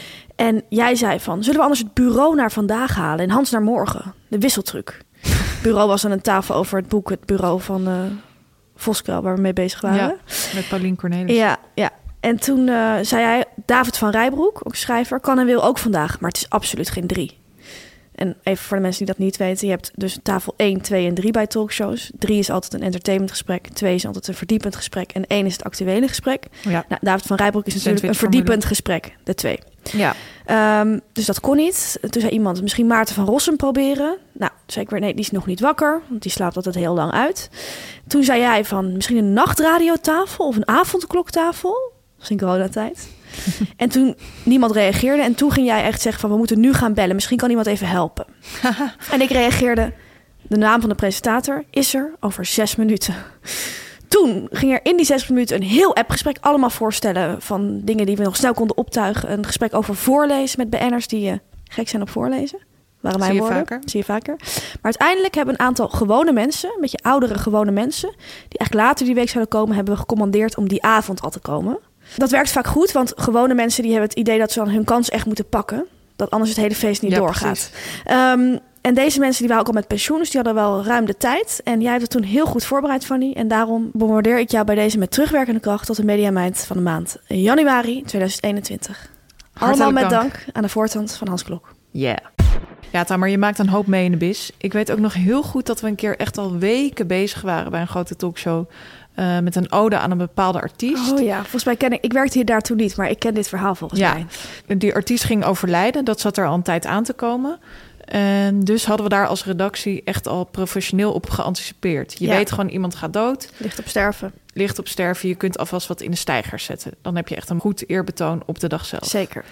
[SPEAKER 8] En jij zei van, zullen we anders het bureau naar vandaag halen en Hans naar morgen? De wisseltruc. Het bureau was aan een tafel over het boek, het bureau van uh, Voskuil, waar we mee bezig waren.
[SPEAKER 7] Ja, met Paulien Cornelis.
[SPEAKER 8] Ja, ja. En toen uh, zei hij, David van Rijbroek, ook schrijver, kan en wil ook vandaag, maar het is absoluut geen drie. En even voor de mensen die dat niet weten, je hebt dus tafel één, twee en drie bij talkshows. drie is altijd een entertainmentgesprek, twee is altijd een verdiepend gesprek en één is het actuele gesprek.
[SPEAKER 7] Ja.
[SPEAKER 8] Nou, David van Rijbroek is natuurlijk een verdiepend gesprek, de twee.
[SPEAKER 7] Ja.
[SPEAKER 8] Um, dus dat kon niet. Toen zei iemand, misschien Maarten van Rossum proberen. Nou, toen zei ik weer, nee, die is nog niet wakker. Want die slaapt altijd heel lang uit. Toen zei jij van, misschien een nachtradiotafel of een avondkloktafel. Dat was in coronatijd. En toen niemand reageerde. En toen ging jij echt zeggen van, we moeten nu gaan bellen. Misschien kan iemand even helpen. En ik reageerde, de naam van de presentator is er over zes minuten. Toen ging er in die zes minuten een heel appgesprek allemaal voorstellen van dingen die we nog snel konden optuigen. Een gesprek over voorlezen met B N'ers die uh, gek zijn op voorlezen. Waren mijn
[SPEAKER 7] Zie je
[SPEAKER 8] woorden.
[SPEAKER 7] vaker.
[SPEAKER 8] Zie je vaker. Maar uiteindelijk hebben een aantal gewone mensen, een beetje oudere gewone mensen, die eigenlijk later die week zouden komen, hebben we gecommandeerd om die avond al te komen. Dat werkt vaak goed, want gewone mensen die hebben het idee dat ze dan hun kans echt moeten pakken. Dat anders het hele feest niet
[SPEAKER 7] Ja,
[SPEAKER 8] doorgaat. Um, en deze mensen die waren ook al met pensioen, dus die hadden wel ruim de tijd. En jij hebt het toen heel goed voorbereid, Fanny. En daarom bombardeer ik jou bij deze met terugwerkende kracht tot de Mediameid van de maand januari tweeduizend eenentwintig. Allemaal met dank. dank aan de voortand van Hans Klok.
[SPEAKER 7] Ja. Yeah. Ja, Tamer, je maakt een hoop mee in de bis. Ik weet ook nog heel goed dat we een keer echt al weken bezig waren bij een grote talkshow. Uh, met een ode aan een bepaalde artiest.
[SPEAKER 8] Oh ja, volgens mij ken ik... Ik werkte hier daartoe niet, maar ik ken dit verhaal volgens
[SPEAKER 7] ja,
[SPEAKER 8] mij.
[SPEAKER 7] Die artiest ging overlijden. Dat zat er al een tijd aan te komen. En dus hadden we daar als redactie echt al professioneel op geanticipeerd. Je ja. weet gewoon, iemand gaat dood.
[SPEAKER 8] Ligt op sterven.
[SPEAKER 7] Ligt op sterven. Je kunt alvast wat in de steigers zetten. Dan heb je echt een goed eerbetoon op de dag zelf.
[SPEAKER 8] Zeker.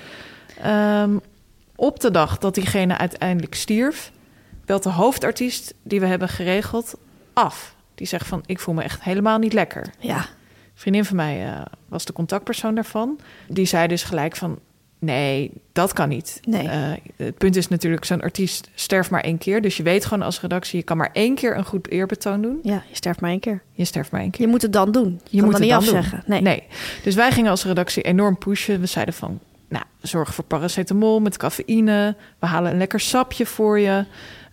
[SPEAKER 7] Um, op de dag dat diegene uiteindelijk stierf, belt de hoofdartiest die we hebben geregeld af. Die zegt van, ik voel me echt helemaal niet lekker.
[SPEAKER 8] Ja.
[SPEAKER 7] Een vriendin van mij uh, was de contactpersoon daarvan. Die zei dus gelijk van, nee, dat kan niet.
[SPEAKER 8] Nee.
[SPEAKER 7] Uh, het punt is natuurlijk, zo'n artiest sterft maar één keer. Dus je weet gewoon als redactie, je kan maar één keer een goed eerbetoon doen.
[SPEAKER 8] Ja, je sterft maar één keer.
[SPEAKER 7] Je sterft maar één keer.
[SPEAKER 8] Je moet het dan doen. Je,
[SPEAKER 7] je
[SPEAKER 8] kan
[SPEAKER 7] moet
[SPEAKER 8] het
[SPEAKER 7] het
[SPEAKER 8] niet
[SPEAKER 7] dan
[SPEAKER 8] afzeggen.
[SPEAKER 7] Doen.
[SPEAKER 8] Nee.
[SPEAKER 7] nee. Dus wij gingen als redactie enorm pushen. We zeiden van, nou, zorg voor paracetamol met cafeïne. We halen een lekker sapje voor je.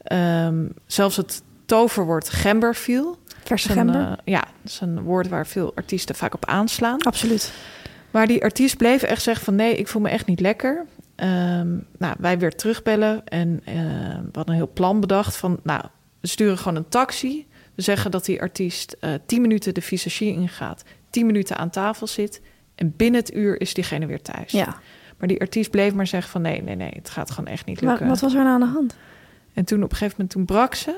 [SPEAKER 7] Um, zelfs het toverwoord gember viel.
[SPEAKER 8] Verse gember?
[SPEAKER 7] Uh, ja, dat is een woord waar veel artiesten vaak op aanslaan.
[SPEAKER 8] Absoluut.
[SPEAKER 7] Maar die artiest bleef echt zeggen van, nee, ik voel me echt niet lekker. Um, nou, wij weer terugbellen en uh, we hadden een heel plan bedacht van, nou, we sturen gewoon een taxi. We zeggen dat die artiest uh, tien minuten de visagie ingaat, tien minuten aan tafel zit en binnen het uur is diegene weer thuis.
[SPEAKER 8] Ja.
[SPEAKER 7] Maar die artiest bleef maar zeggen van, nee, nee, nee, het gaat gewoon echt niet lukken.
[SPEAKER 8] Maar wat was er nou aan de hand?
[SPEAKER 7] En toen op een gegeven moment, toen brak ze.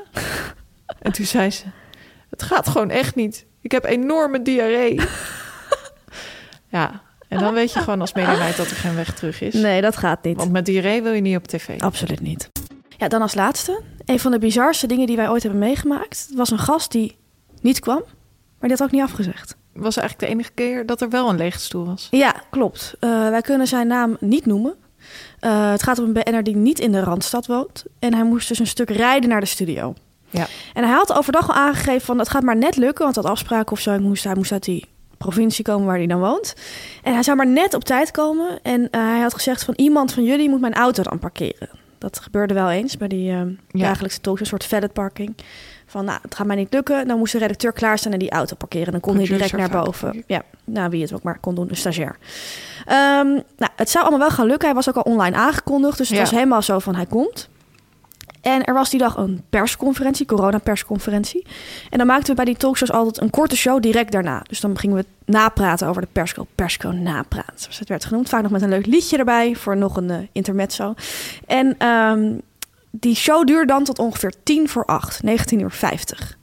[SPEAKER 7] En toen zei ze, het gaat gewoon echt niet. Ik heb enorme diarree. Ja, en dan weet je gewoon als Mediameid dat er geen weg terug is.
[SPEAKER 8] Nee, dat gaat niet.
[SPEAKER 7] Want met diarree wil je niet op tv.
[SPEAKER 8] Absoluut niet. Ja, dan als laatste. Een van de bizarste dingen die wij ooit hebben meegemaakt. Was een gast die niet kwam, maar die had ook niet afgezegd.
[SPEAKER 7] Was eigenlijk de enige keer dat er wel een lege stoel was.
[SPEAKER 8] Ja, klopt. Uh, wij kunnen zijn naam niet noemen. Uh, het gaat om een B N'er die niet in de Randstad woont. En hij moest dus een stuk rijden naar de studio.
[SPEAKER 7] Ja.
[SPEAKER 8] En hij had overdag al aangegeven van, het gaat maar net lukken, want dat afspraken of zo. Hij moest, hij moest uit die provincie komen waar hij dan woont. En hij zou maar net op tijd komen. En uh, hij had gezegd van, iemand van jullie moet mijn auto dan parkeren. Dat gebeurde wel eens bij die uh,
[SPEAKER 7] ja.
[SPEAKER 8] dagelijkse talk, een soort valet parking. Van, nou, het gaat mij niet lukken. Dan moest de redacteur klaarstaan en die auto parkeren. Dan kon hij direct naar boven. Ja, nou, wie het ook maar kon doen, een stagiair. Um, nou, het zou allemaal wel gaan lukken. Hij was ook al online aangekondigd. Dus het
[SPEAKER 7] ja.
[SPEAKER 8] was helemaal zo van, hij komt. En er was die dag een persconferentie, corona-persconferentie. En dan maakten we bij die talkshows altijd een korte show direct daarna. Dus dan gingen we napraten over de persco. Persco napraat, zoals het werd genoemd. Vaak nog met een leuk liedje erbij voor nog een uh, intermezzo. En um, die show duurde dan tot ongeveer tien voor acht, negentien uur vijftig.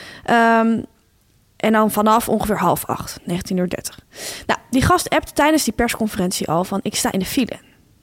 [SPEAKER 8] Um, en dan vanaf ongeveer half acht, negentien uur dertig. Nou, die gast appte tijdens die persconferentie al van, ik sta in de file.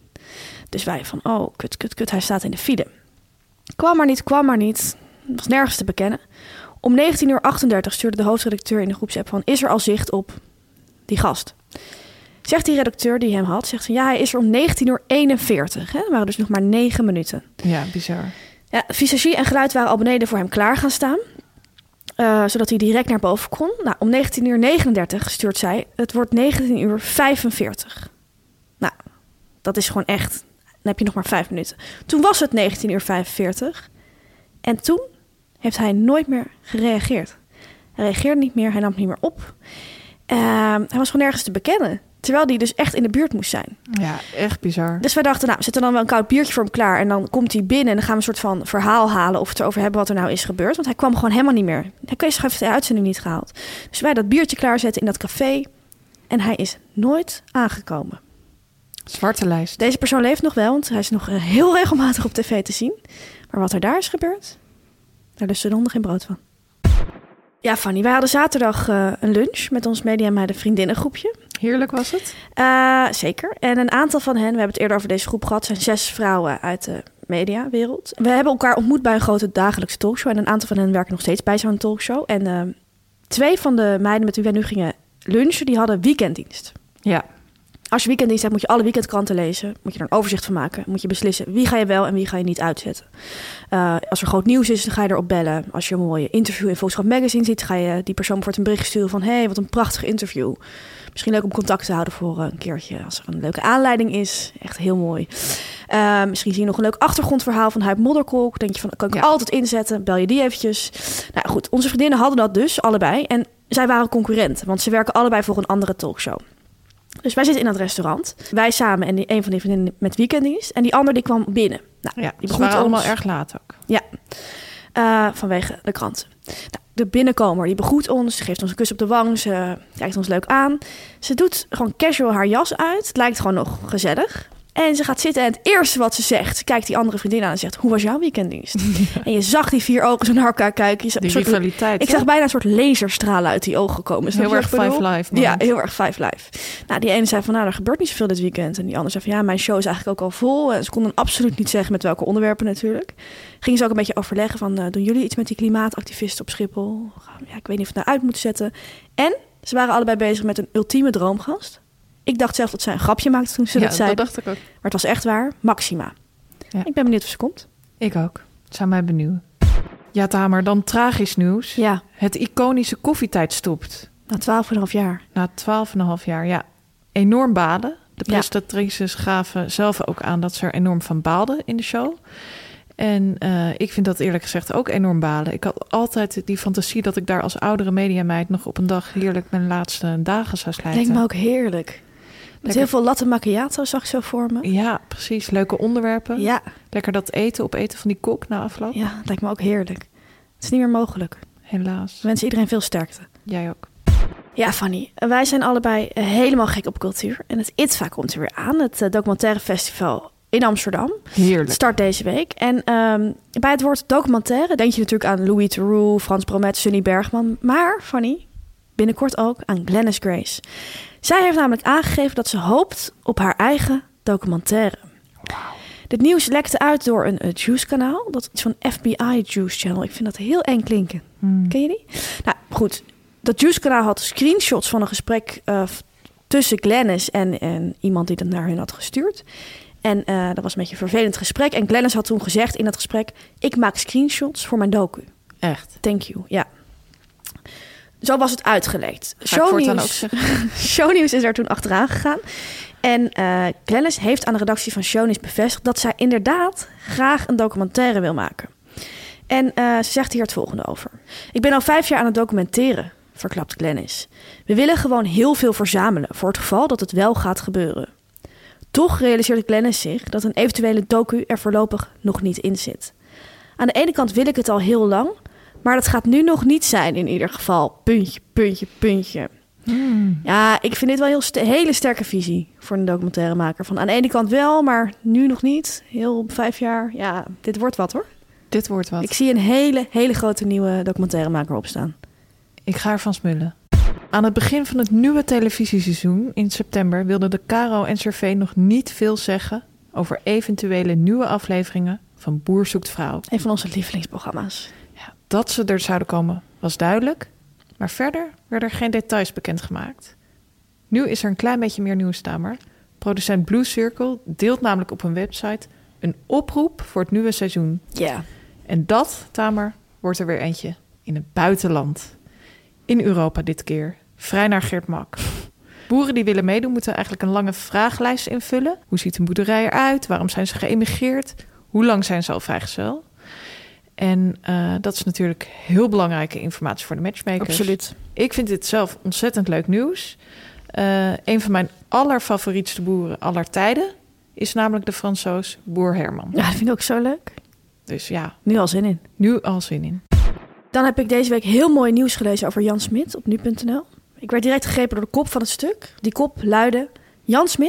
[SPEAKER 8] Dus wij van, oh, kut, kut, kut, hij staat in de file. Kwam maar niet, kwam maar niet. Het was nergens te bekennen. Om negentien uur achtendertig stuurde de hoofdredacteur in de groepsapp van, is er al zicht op die gast? Zegt die redacteur die hem had, zegt van, ja, hij is er om negentien uur eenenveertig. Hè? Dat waren dus nog maar negen minuten.
[SPEAKER 7] Ja, bizar.
[SPEAKER 8] Ja, visagie en geluid waren al beneden voor hem klaar gaan staan. Uh, zodat hij direct naar boven kon. Nou, om negentien uur negenendertig stuurt zij, het wordt negentien uur vijfenveertig. Nou, dat is gewoon echt, dan heb je nog maar vijf minuten. Toen was het negentien uur vijfenveertig. En toen heeft hij nooit meer gereageerd. Hij reageerde niet meer, hij nam het niet meer op. Uh, hij was gewoon nergens te bekennen. Terwijl hij dus echt in de buurt moest zijn.
[SPEAKER 7] Ja, echt bizar.
[SPEAKER 8] Dus wij dachten, nou, we zetten dan wel een koud biertje voor hem klaar. En dan komt hij binnen en dan gaan we een soort van verhaal halen of het erover hebben wat er nou is gebeurd. Want hij kwam gewoon helemaal niet meer. Hij kreeg zich even de uitzending niet gehaald. Dus wij dat biertje klaarzetten in dat café. En hij is nooit aangekomen.
[SPEAKER 7] Zwarte lijst.
[SPEAKER 8] Deze persoon leeft nog wel, want hij is nog heel regelmatig op tv te zien. Maar wat er daar is gebeurd, daar lusten de honden geen brood van. Ja, Fanny, wij hadden zaterdag uh, een lunch met ons Media Meiden vriendinnengroepje.
[SPEAKER 7] Heerlijk was het?
[SPEAKER 8] Uh, zeker. En een aantal van hen, we hebben het eerder over deze groep gehad, zijn zes vrouwen uit de mediawereld. We hebben elkaar ontmoet bij een grote dagelijkse talkshow. En een aantal van hen werken nog steeds bij zo'n talkshow. En uh, twee van de meiden met wie wij nu gingen lunchen, die hadden weekenddienst.
[SPEAKER 7] Ja.
[SPEAKER 8] Als je weekenddienst hebt, moet je alle weekendkranten lezen. Moet je er een overzicht van maken. Moet je beslissen wie ga je wel en wie ga je niet uitzetten. Uh, als er groot nieuws is, dan ga je erop bellen. Als je een mooie interview in Volkskrant Magazine ziet, ga je die persoon bijvoorbeeld een bericht sturen van: hey, wat een prachtig interview. Misschien leuk om contact te houden voor een keertje. Als er een leuke aanleiding is. Echt heel mooi. Uh, misschien zie je nog een leuk achtergrondverhaal van Huib Modderkolk. Denk je van, kan ik ja. altijd inzetten? Bel je die eventjes. Nou goed, onze vriendinnen hadden dat dus, allebei. En zij waren concurrenten, want ze werken allebei voor een andere talkshow. Dus wij zitten in dat restaurant. Wij samen en die, een van die vriendinnen met weekenddienst. En die ander die kwam binnen. Nou,
[SPEAKER 7] ja,
[SPEAKER 8] die
[SPEAKER 7] ze waren allemaal erg laat ook.
[SPEAKER 8] Ja, uh, vanwege de krant. Nou, de binnenkomer die begroet ons. Ze geeft ons een kus op de wang. Ze kijkt ons leuk aan. Ze doet gewoon casual haar jas uit. Het lijkt gewoon nog gezellig. En ze gaat zitten en het eerste wat ze zegt... ze kijkt die andere vriendin aan en zegt... hoe was jouw weekenddienst? Ja. En je zag die vier ogen zo naar elkaar kijken. Je zag,
[SPEAKER 7] die
[SPEAKER 8] soort,
[SPEAKER 7] rivaliteit.
[SPEAKER 8] Ik hè? zag bijna een soort laserstralen uit die ogen komen.
[SPEAKER 7] Heel erg Five Live.
[SPEAKER 8] Ja, heel erg Five Live. Nou, die ene zei van... nou, er gebeurt niet zoveel dit weekend. En die andere zei van... ja, mijn show is eigenlijk ook al vol. En ze konden absoluut niet zeggen met welke onderwerpen natuurlijk. Gingen ze ook een beetje overleggen van... Uh, doen jullie iets met die klimaatactivisten op Schiphol? Ja, ik weet niet of we het nou uit moeten zetten. En ze waren allebei bezig met een ultieme droomgast... Ik dacht zelf dat zij een grapje maakte toen ze
[SPEAKER 7] ja,
[SPEAKER 8] dat zei.
[SPEAKER 7] dat dacht ik ook.
[SPEAKER 8] Maar het was echt waar. Maxima. Ja. Ik ben benieuwd of ze komt.
[SPEAKER 7] Ik ook. Het zou mij benieuwen. Ja, Tamer, dan tragisch nieuws.
[SPEAKER 8] Ja.
[SPEAKER 7] Het iconische Koffietijd stopt.
[SPEAKER 8] Na twaalf en een half jaar.
[SPEAKER 7] Na twaalf en een half jaar, ja. Enorm balen. De presentatrices ja. gaven zelf ook aan dat ze er enorm van baalden in de show. En uh, ik vind dat eerlijk gezegd ook enorm balen. Ik had altijd die fantasie dat ik daar als oudere mediameid... nog op een dag heerlijk mijn laatste dagen zou slijten.
[SPEAKER 8] Lijkt me ook heerlijk. Met Lekker. Heel veel latte macchiato zag ik zo voor me.
[SPEAKER 7] Ja, precies. Leuke onderwerpen.
[SPEAKER 8] Ja.
[SPEAKER 7] Lekker dat eten, opeten van die kok na afloop.
[SPEAKER 8] Ja, dat lijkt me ook heerlijk. Het is niet meer mogelijk.
[SPEAKER 7] Helaas.
[SPEAKER 8] We wensen iedereen veel sterkte.
[SPEAKER 7] Jij ook.
[SPEAKER 8] Ja, Fanny. Wij zijn allebei helemaal gek op cultuur. En het I T V A komt er weer aan. Het uh, documentaire festival in Amsterdam.
[SPEAKER 7] Heerlijk.
[SPEAKER 8] Start deze week. En um, bij het woord documentaire denk je natuurlijk aan Louis Theroux, Frans Bromet, Sunny Bergman. Maar, Fanny, binnenkort ook aan Glennis Grace. Zij heeft namelijk aangegeven dat ze hoopt op haar eigen documentaire. Wow. Dit nieuws lekte uit door een uh, Juice-kanaal. Dat is van F B I Juice Channel. Ik vind dat heel eng klinken. Hmm. Ken je die? Nou, goed. Dat Juice-kanaal had screenshots van een gesprek uh, tussen Glennis en, en iemand die dat naar hun had gestuurd. En uh, dat was een beetje een vervelend gesprek. En Glennis had toen gezegd in dat gesprek... ik maak screenshots voor mijn docu.
[SPEAKER 7] Echt?
[SPEAKER 8] Thank you, ja. Zo was het uitgelekt.
[SPEAKER 7] Shownieuws
[SPEAKER 8] Shownieuws is er toen achteraan gegaan. En uh, Glennis heeft aan de redactie van Shownieuws bevestigd... dat zij inderdaad graag een documentaire wil maken. En uh, ze zegt hier het volgende over. Ik ben al vijf jaar aan het documenteren, verklapt Glennis. We willen gewoon heel veel verzamelen... voor het geval dat het wel gaat gebeuren. Toch realiseert Glennis zich dat een eventuele docu er voorlopig nog niet in zit. Aan de ene kant wil ik het al heel lang... maar dat gaat nu nog niet zijn in ieder geval. Puntje, puntje, puntje. Hmm. Ja, ik vind dit wel een heel st- hele sterke visie voor een documentairemaker. Van aan de ene kant wel, maar nu nog niet. Heel vijf jaar. Ja, dit wordt wat hoor.
[SPEAKER 7] Dit wordt wat.
[SPEAKER 8] Ik zie een hele, hele grote nieuwe documentairemaker opstaan.
[SPEAKER 7] Ik ga ervan smullen. Aan het begin van het nieuwe televisieseizoen in september... wilde de Caro en Cervé nog niet veel zeggen... over eventuele nieuwe afleveringen van Boer zoekt vrouw.
[SPEAKER 8] Een van onze lievelingsprogramma's.
[SPEAKER 7] Ja, dat ze er zouden komen was duidelijk... maar verder werden er geen details bekendgemaakt. Nu is er een klein beetje meer nieuws, Tamer. Producent Blue Circle deelt namelijk op hun website... een oproep voor het nieuwe seizoen.
[SPEAKER 8] Ja.
[SPEAKER 7] En dat, Tamer, wordt er weer eentje in het buitenland... In Europa dit keer. Vrij naar Geert Mak. Boeren die willen meedoen moeten eigenlijk een lange vragenlijst invullen. Hoe ziet een boerderij eruit? Waarom zijn ze geëmigreerd? Hoe lang zijn ze al vrijgezel? En uh, dat is natuurlijk heel belangrijke informatie voor de matchmakers.
[SPEAKER 8] Absoluut.
[SPEAKER 7] Ik vind dit zelf ontzettend leuk nieuws. Uh, een van mijn allerfavorietste boeren aller tijden... is namelijk de Fransoos Boer Herman.
[SPEAKER 8] Ja, dat vind ik ook zo leuk.
[SPEAKER 7] Dus ja.
[SPEAKER 8] Nu al zin in.
[SPEAKER 7] Nu al zin in.
[SPEAKER 8] Dan heb ik deze week heel mooi nieuws gelezen over Jan Smit op nu punt n l. Ik werd direct gegrepen door de kop van het stuk. Die kop luidde... Jan Smit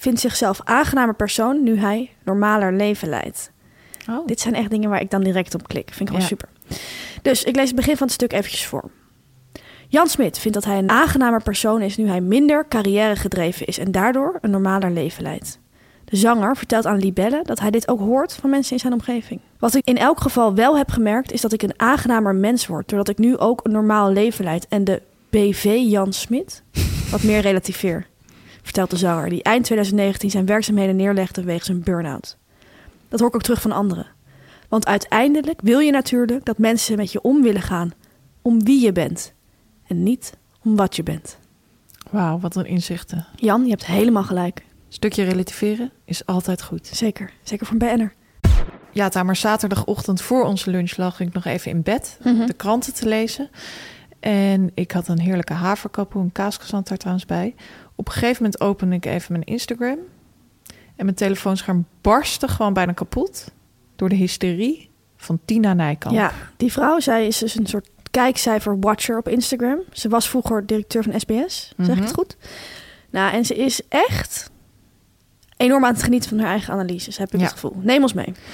[SPEAKER 8] vindt zichzelf aangenamer persoon nu hij normaler leven leidt.
[SPEAKER 7] Oh.
[SPEAKER 8] Dit zijn echt dingen waar ik dan direct op klik. Vind ik gewoon
[SPEAKER 7] Ja.
[SPEAKER 8] super. Dus ik lees het begin van het stuk eventjes voor. Jan Smit vindt dat hij een aangenamer persoon is nu hij minder carrière gedreven is en daardoor een normaler leven leidt. De zanger vertelt aan Libelle dat hij dit ook hoort van mensen in zijn omgeving. Wat ik in elk geval wel heb gemerkt is dat ik een aangenamer mens word, doordat ik nu ook een normaal leven leid en de B V Jan Smit wat meer relativeer, vertelt de zanger, die eind twintig negentien zijn werkzaamheden neerlegde wegens een burn-out. Dat hoor ik ook terug van anderen. Want uiteindelijk wil je natuurlijk dat mensen met je om willen gaan, om wie je bent en niet om wat je bent.
[SPEAKER 7] Wauw, wat een inzichten.
[SPEAKER 8] Jan, je hebt helemaal gelijk.
[SPEAKER 7] Stukje relativeren is altijd goed.
[SPEAKER 8] Zeker, zeker voor een B N'er.
[SPEAKER 7] Ja, Tamer, zaterdagochtend voor onze lunch lag ik nog even in bed
[SPEAKER 8] Mm-hmm.
[SPEAKER 7] de kranten te lezen. En ik had een heerlijke haverkapoe, een kaaskrant daar trouwens bij. Op een gegeven moment opende ik even mijn Instagram. En mijn telefoonscherm barstte gewoon bijna kapot door de hysterie van Tina Nijkamp.
[SPEAKER 8] Ja, die vrouw, zij is dus een soort kijkcijfer-watcher op Instagram. Ze was vroeger directeur van S B S, zeg ik het goed? Nou, en ze is echt enorm aan het genieten van haar eigen analyses, heb ik
[SPEAKER 7] Ja.
[SPEAKER 8] het gevoel. Neem ons mee.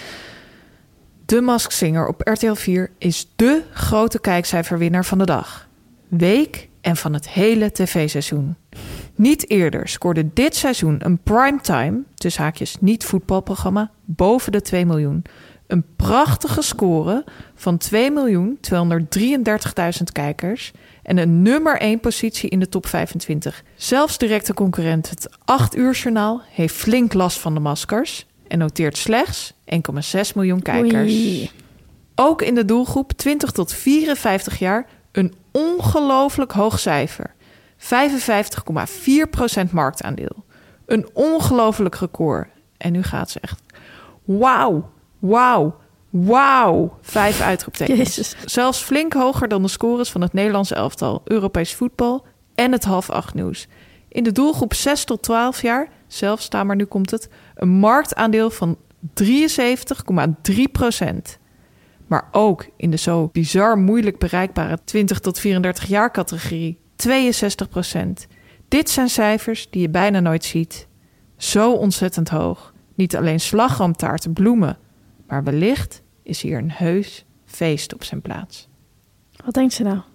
[SPEAKER 7] De Masked Singer op R T L vier is dé grote kijkcijferwinnaar van de dag, week en van het hele tv-seizoen. Niet eerder scoorde dit seizoen een primetime, tussen haakjes niet voetbalprogramma, boven de twee miljoen. Een prachtige score van twee miljoen tweehonderddrieëndertigduizend kijkers en een nummer één positie in de top vijfentwintig. Zelfs directe concurrent het acht uur journaal heeft flink last van de maskers en noteert slechts één komma zes miljoen kijkers.
[SPEAKER 8] Oei.
[SPEAKER 7] Ook in de doelgroep twintig tot vierenvijftig jaar een ongelooflijk hoog cijfer. vijfenvijftig komma vier procent marktaandeel. Een ongelooflijk record. En nu gaat ze echt. Wauw, wauw, wauw. Vijf uitroeptekens.
[SPEAKER 8] Jezus.
[SPEAKER 7] Zelfs flink hoger dan de scores van het Nederlandse elftal, Europees voetbal en het half acht nieuws. In de doelgroep zes tot twaalf jaar, zelfs staan maar nu komt het, een marktaandeel van drieënzeventig komma drie procent. Maar ook in de zo bizar moeilijk bereikbare twintig tot vierendertig jaar categorie tweeënzestig procent. Dit zijn cijfers die je bijna nooit ziet. Zo ontzettend hoog. Niet alleen slagroomtaarten, bloemen, maar wellicht is hier een heus feest op zijn plaats.
[SPEAKER 8] Wat denkt ze nou?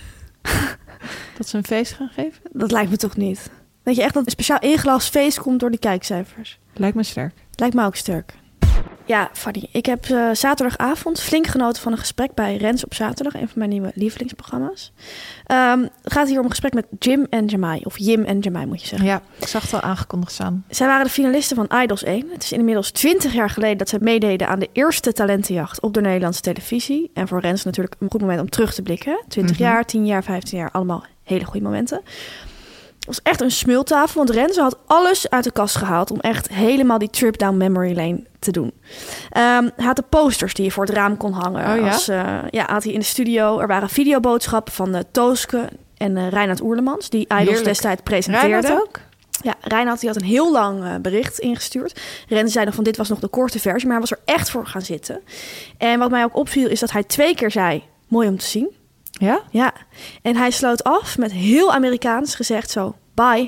[SPEAKER 7] Dat ze een feest gaan geven?
[SPEAKER 8] Dat lijkt me toch niet. Denk je echt dat een speciaal ingelast feest komt door die kijkcijfers?
[SPEAKER 7] Lijkt me sterk.
[SPEAKER 8] Lijkt me ook sterk. Ja, Fanny, ik heb uh, zaterdagavond flink genoten van een gesprek bij Rens op zaterdag, een van mijn nieuwe lievelingsprogramma's. Um, het gaat hier om een gesprek met Jim en Jamai, of Jim en Jamai moet je zeggen.
[SPEAKER 7] Ja, ik zag het al aangekondigd staan.
[SPEAKER 8] Zij waren de finalisten van Idols één. Het is inmiddels twintig jaar geleden dat zij meededen aan de eerste talentenjacht op de Nederlandse televisie. En voor Rens natuurlijk een goed moment om terug te blikken. twintig
[SPEAKER 7] Mm-hmm.
[SPEAKER 8] jaar, tien jaar, vijftien jaar, allemaal hele goede momenten. Het was echt een smultafel, want Renze had alles uit de kast gehaald om echt helemaal die trip down memory lane te doen. Um, hij had de posters die je voor het raam kon hangen.
[SPEAKER 7] Oh ja?
[SPEAKER 8] Als, uh, ja, had hij in de studio. Er waren videoboodschappen van uh, Tooske en uh, Reinhard Oerlemans, die Idols
[SPEAKER 7] Heerlijk.
[SPEAKER 8] destijds presenteerde.
[SPEAKER 7] Reinhard ook?
[SPEAKER 8] Ja, Reinhard die had een heel lang uh, bericht ingestuurd. Renze zei nog van dit was nog de korte versie, maar hij was er echt voor gaan zitten. En wat mij ook opviel is dat hij twee keer zei, mooi om te zien.
[SPEAKER 7] Ja?
[SPEAKER 8] Ja, en hij sloot af met heel Amerikaans gezegd zo, bye.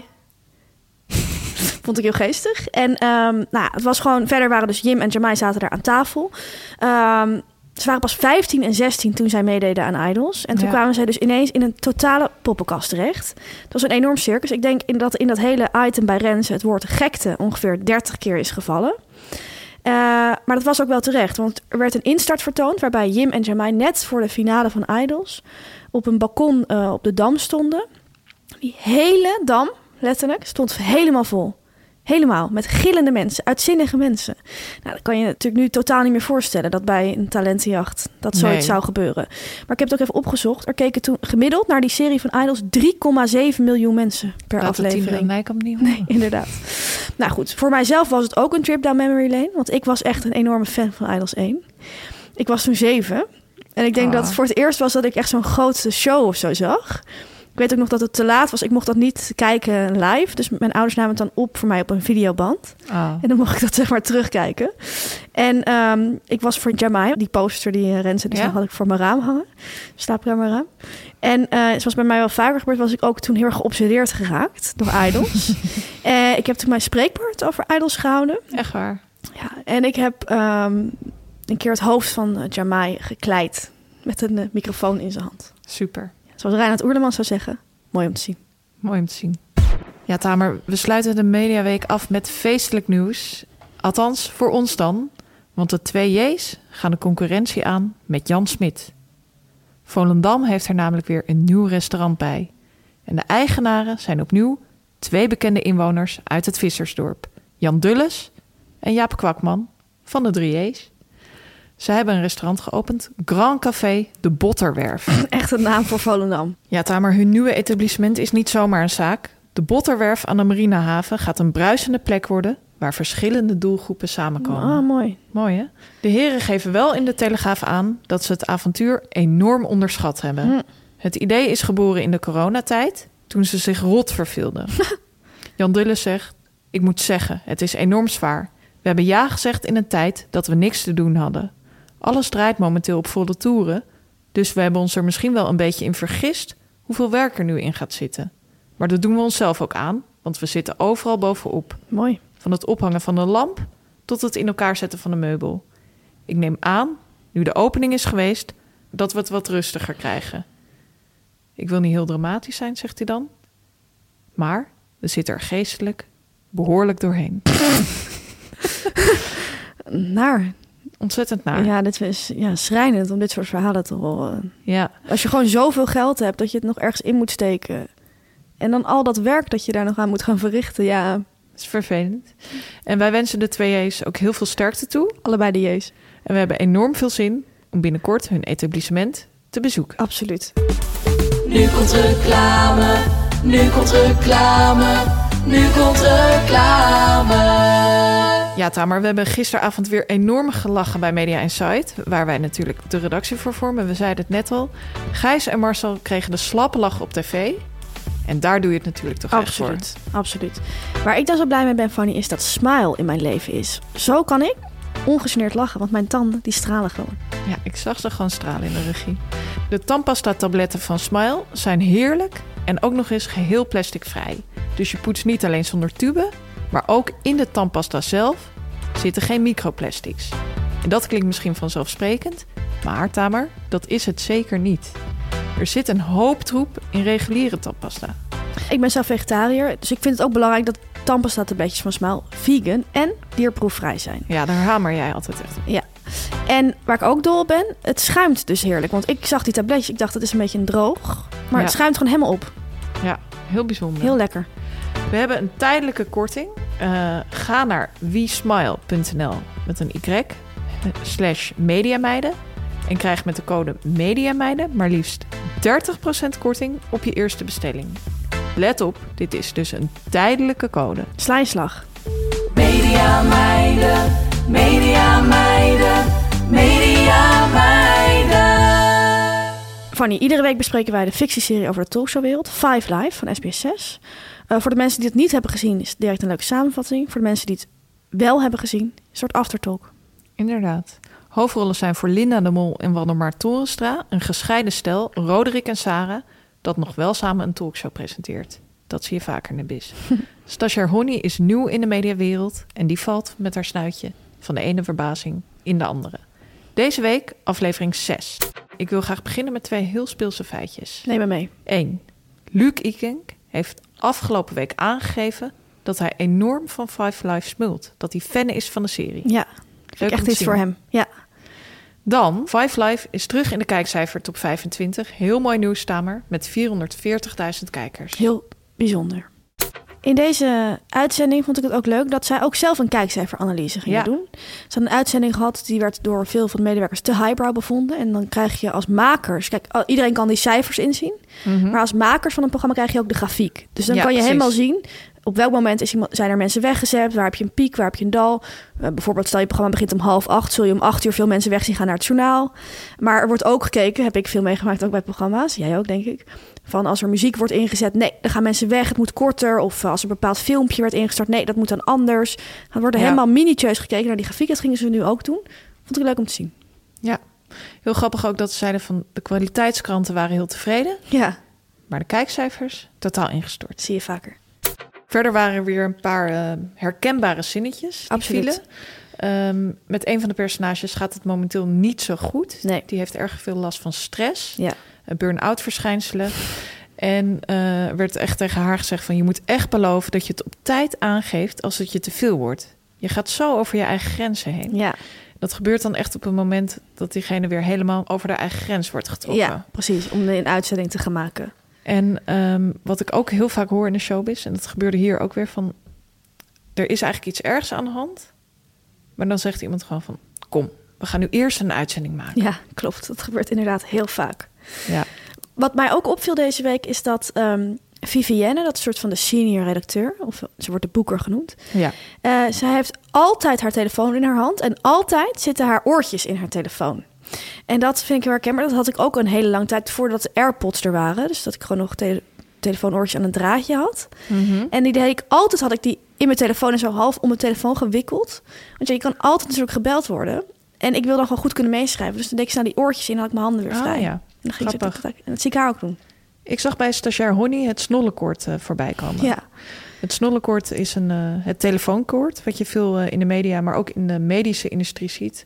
[SPEAKER 8] Vond ik heel geestig. En um, nou, het was gewoon, verder waren dus Jim en Jamai zaten daar aan tafel. Um, ze waren pas vijftien en zestien toen zij meededen aan Idols. En toen
[SPEAKER 7] Ja.
[SPEAKER 8] kwamen zij dus ineens in een totale poppenkast terecht. Het was een enorm circus. Ik denk in dat in dat hele item bij Renze het woord gekte ongeveer dertig keer is gevallen. Uh, maar dat was ook wel terecht, want er werd een instart vertoond waarbij Jim en Jamai net voor de finale van Idols op een balkon uh, op de Dam stonden. Die hele Dam, letterlijk, stond helemaal vol. Helemaal, met gillende mensen, uitzinnige mensen. Nou, dat kan je natuurlijk nu totaal niet meer voorstellen, dat bij een talentenjacht dat zoiets
[SPEAKER 7] Nee.
[SPEAKER 8] zou gebeuren. Maar ik heb het ook even opgezocht. Er keken toen gemiddeld naar die serie van Idols drie komma zeven miljoen mensen per
[SPEAKER 7] Laat het Tina
[SPEAKER 8] aflevering.
[SPEAKER 7] Nijkamp niet
[SPEAKER 8] Nee,
[SPEAKER 7] horen.
[SPEAKER 8] inderdaad. Nou goed, voor mijzelf was het ook een trip down memory lane. Want ik was echt een enorme fan van Idols één. Ik was toen zeven. En ik denk
[SPEAKER 7] Ah.
[SPEAKER 8] dat het voor het eerst was dat ik echt zo'n grote show of zo zag. Ik weet ook nog dat het te laat was. Ik mocht dat niet kijken live. Dus mijn ouders namen het dan op voor mij op een videoband.
[SPEAKER 7] Oh.
[SPEAKER 8] En dan mocht ik dat zeg maar terugkijken. En um, ik was voor Jamai, die poster die uh, Renze dus
[SPEAKER 7] ja?
[SPEAKER 8] nog had ik voor mijn raam hangen. Slaapkamerraam. En uh, zoals bij mij wel vaker gebeurd, was ik ook toen heel erg geobsedeerd geraakt door Idols. uh, ik heb toen mijn spreekbeurt over Idols gehouden.
[SPEAKER 7] Echt waar?
[SPEAKER 8] Ja, en ik heb um, een keer het hoofd van uh, Jamai gekleid met een uh, microfoon in zijn hand.
[SPEAKER 7] Super.
[SPEAKER 8] Zoals Reinhard Oerlemans zou zeggen, mooi om te zien.
[SPEAKER 7] Mooi om te zien. Ja, Tamer, we sluiten de Mediaweek af met feestelijk nieuws. Althans, voor ons dan. Want de twee J's gaan de concurrentie aan met Jan Smit. Volendam heeft er namelijk weer een nieuw restaurant bij. En de eigenaren zijn opnieuw twee bekende inwoners uit het vissersdorp. Jan Dulles en Jaap Kwakman van de drie J's. Ze hebben een restaurant geopend, Grand Café de Botterwerf.
[SPEAKER 8] Echt een naam voor Volendam.
[SPEAKER 7] Ja, Tamer, hun nieuwe etablissement is niet zomaar een zaak. De Botterwerf aan de Marinehaven gaat een bruisende plek worden waar verschillende doelgroepen samenkomen.
[SPEAKER 8] Ah, mooi.
[SPEAKER 7] Mooi, hè? De heren geven wel in de Telegraaf aan dat ze het avontuur enorm onderschat hebben. Hm. Het idee is geboren in de coronatijd, toen ze zich rot verveelden. Jan Dulles zegt, ik moet zeggen, het is enorm zwaar. We hebben ja gezegd in een tijd dat we niks te doen hadden. Alles draait momenteel op volle toeren, dus we hebben ons er misschien wel een beetje in vergist hoeveel werk er nu in gaat zitten. Maar dat doen we onszelf ook aan, want we zitten overal bovenop.
[SPEAKER 8] Mooi.
[SPEAKER 7] Van het ophangen van de lamp tot het in elkaar zetten van de meubel. Ik neem aan, nu de opening is geweest, dat we het wat rustiger krijgen. Ik wil niet heel dramatisch zijn, zegt hij dan. Maar we zitten er geestelijk behoorlijk doorheen.
[SPEAKER 8] Naar.
[SPEAKER 7] Ontzettend naar.
[SPEAKER 8] Ja, dit is ja, schrijnend om dit soort verhalen te horen.
[SPEAKER 7] Ja.
[SPEAKER 8] Als je gewoon zoveel geld hebt dat je het nog ergens in moet steken. En dan al dat werk dat je daar nog aan moet gaan verrichten, ja.
[SPEAKER 7] Dat is vervelend. En wij wensen de twee J's ook heel veel sterkte toe.
[SPEAKER 8] Allebei de J's.
[SPEAKER 7] En we hebben enorm veel zin om binnenkort hun etablissement te bezoeken.
[SPEAKER 8] Absoluut.
[SPEAKER 9] Nu komt reclame, nu komt reclame, nu komt reclame.
[SPEAKER 7] Ja, Tamer, we hebben gisteravond weer enorm gelachen bij Media Insight, waar wij natuurlijk de redactie voor vormen. We zeiden het net al. Gijs en Marcel kregen de slappe lach op tv. En daar doe je het natuurlijk toch echt voor.
[SPEAKER 8] Absoluut, absoluut. Waar ik dan zo blij mee ben, Fanny, is dat Smile in mijn leven is. Zo kan ik ongegeneerd lachen, want mijn tanden die stralen gewoon.
[SPEAKER 7] Ja, ik zag ze gewoon stralen in de regie. De tandpasta-tabletten van Smile zijn heerlijk en ook nog eens geheel plasticvrij. Dus je poetst niet alleen zonder tube, maar ook in de tandpasta zelf zitten geen microplastics. En dat klinkt misschien vanzelfsprekend, maar Tamer, dat is het zeker niet. Er zit een hoop troep in reguliere tandpasta.
[SPEAKER 8] Ik ben zelf vegetariër, dus ik vind het ook belangrijk dat tandpasta tabletjes van Smile vegan en dierproefvrij zijn.
[SPEAKER 7] Ja, daar hamer jij altijd echt op.
[SPEAKER 8] Ja. En waar ik ook dol op ben, het schuimt dus heerlijk. Want ik zag die tabletjes, ik dacht het is een beetje een droog. Maar
[SPEAKER 7] ja.
[SPEAKER 8] Het schuimt gewoon helemaal op.
[SPEAKER 7] Ja, heel bijzonder.
[SPEAKER 8] Heel lekker.
[SPEAKER 7] We hebben een tijdelijke korting. Uh, ga naar wiesmile punt n l met een y slash mediameiden. En krijg met de code mediameiden maar liefst dertig procent korting op je eerste bestelling. Let op, dit is dus een tijdelijke code.
[SPEAKER 8] Sla je slag.
[SPEAKER 9] Media meiden, media meiden, media meiden.
[SPEAKER 8] Fanny, iedere week bespreken wij de fictieserie over de talkshowwereld. Five Live van S B S zes. Uh, voor de mensen die het niet hebben gezien is het direct een leuke samenvatting. Voor de mensen die het wel hebben gezien, een soort aftertalk.
[SPEAKER 7] Inderdaad. Hoofdrollen zijn voor Linda de Mol en Waldemar Torenstra, een gescheiden stel, Roderick en Sarah, dat nog wel samen een talkshow presenteert. Dat zie je vaker in de biz. Stagiair Honey is nieuw in de mediawereld en die valt met haar snuitje van de ene verbazing in de andere. Deze week aflevering zes. Ik wil graag beginnen met twee heel speelse feitjes.
[SPEAKER 8] Neem me mee.
[SPEAKER 7] Eén. Luc Ikink heeft afgelopen week aangegeven dat hij enorm van Five Live smult. Dat hij fan is van de serie.
[SPEAKER 8] Ja, vind ik echt iets voor hem. Ja.
[SPEAKER 7] Dan, Five Live is terug in de kijkcijfer top vijfentwintig. Heel mooi nieuws, Tamer, met vierhonderdveertigduizend kijkers.
[SPEAKER 8] Heel bijzonder. In deze uitzending vond ik het ook leuk dat zij ook zelf een kijkcijferanalyse gingen
[SPEAKER 7] ja.
[SPEAKER 8] doen. Ze hadden een uitzending gehad, die werd door veel van de medewerkers te highbrow bevonden. En dan krijg je als makers, kijk, iedereen kan die cijfers inzien. Mm-hmm. Maar als makers van een programma krijg je ook de grafiek. Dus dan
[SPEAKER 7] ja,
[SPEAKER 8] kan je
[SPEAKER 7] precies.
[SPEAKER 8] helemaal zien op welk moment is iemand, zijn er mensen weggezet? Waar heb je een piek? Waar heb je een dal? Uh, bijvoorbeeld, stel je programma begint om half acht. Zul je om acht uur veel mensen weg zien gaan naar het journaal. Maar er wordt ook gekeken, heb ik veel meegemaakt ook bij programma's. Jij ook, denk ik. Van als er muziek wordt ingezet, nee, dan gaan mensen weg. Het moet korter. Of als er een bepaald filmpje werd ingestart, nee, dat moet dan anders. Dan wordt er ja. helemaal minutieus gekeken naar die grafiek. Dat gingen ze nu ook doen. Vond ik leuk om te zien.
[SPEAKER 7] Ja, heel grappig ook dat ze zeiden van de kwaliteitskranten waren heel tevreden.
[SPEAKER 8] Ja.
[SPEAKER 7] Maar de kijkcijfers totaal ingestort.
[SPEAKER 8] Zie je vaker.
[SPEAKER 7] Verder waren er weer een paar uh, herkenbare zinnetjes.
[SPEAKER 8] Absoluut.
[SPEAKER 7] Um, met een van de personages gaat het momenteel niet zo goed.
[SPEAKER 8] Nee.
[SPEAKER 7] Die heeft erg veel last van stress.
[SPEAKER 8] Ja.
[SPEAKER 7] Burn-out verschijnselen. En uh, werd echt tegen haar gezegd van je moet echt beloven dat je het op tijd aangeeft als het je te veel wordt. Je gaat zo over je eigen grenzen heen.
[SPEAKER 8] Ja.
[SPEAKER 7] Dat gebeurt dan echt op een moment dat diegene weer helemaal over de eigen grens wordt getrokken.
[SPEAKER 8] Ja, precies. Om een uitzending te gaan maken.
[SPEAKER 7] En um, wat ik ook heel vaak hoor in de showbiz, en dat gebeurde hier ook weer, van er is eigenlijk iets ergs aan de hand. Maar dan zegt iemand gewoon van, kom, we gaan nu eerst een uitzending maken.
[SPEAKER 8] Ja, klopt. Dat gebeurt inderdaad heel vaak.
[SPEAKER 7] Ja.
[SPEAKER 8] Wat mij ook opviel deze week is dat um, Vivienne, dat is een soort van de senior redacteur, of ze wordt de boeker genoemd.
[SPEAKER 7] Ja.
[SPEAKER 8] Uh, zij heeft altijd haar telefoon in haar hand en altijd zitten haar oortjes in haar telefoon. En dat vind ik heel herkenbaar. Dat had ik ook een hele lange tijd voordat de AirPods er waren. Dus dat ik gewoon nog te- telefoonoortjes aan een draadje had.
[SPEAKER 7] Mm-hmm.
[SPEAKER 8] En die deed ik altijd, had ik die in mijn telefoon en zo half om mijn telefoon gewikkeld. Want ja, je kan altijd natuurlijk gebeld worden. En ik wil dan gewoon goed kunnen meeschrijven. Dus dan deed ik snel die oortjes in en had ik mijn handen weer vrij.
[SPEAKER 7] Ah, ja.
[SPEAKER 8] En dan ging ik
[SPEAKER 7] Grappig.
[SPEAKER 8] zo, en dat zie ik haar ook doen.
[SPEAKER 7] Ik zag bij stagiair Honey het snollenkoord uh, voorbij komen.
[SPEAKER 8] Ja.
[SPEAKER 7] Het snollenkoord is een, uh, het telefoonkoord, wat je veel uh, in de media, maar ook in de medische industrie ziet.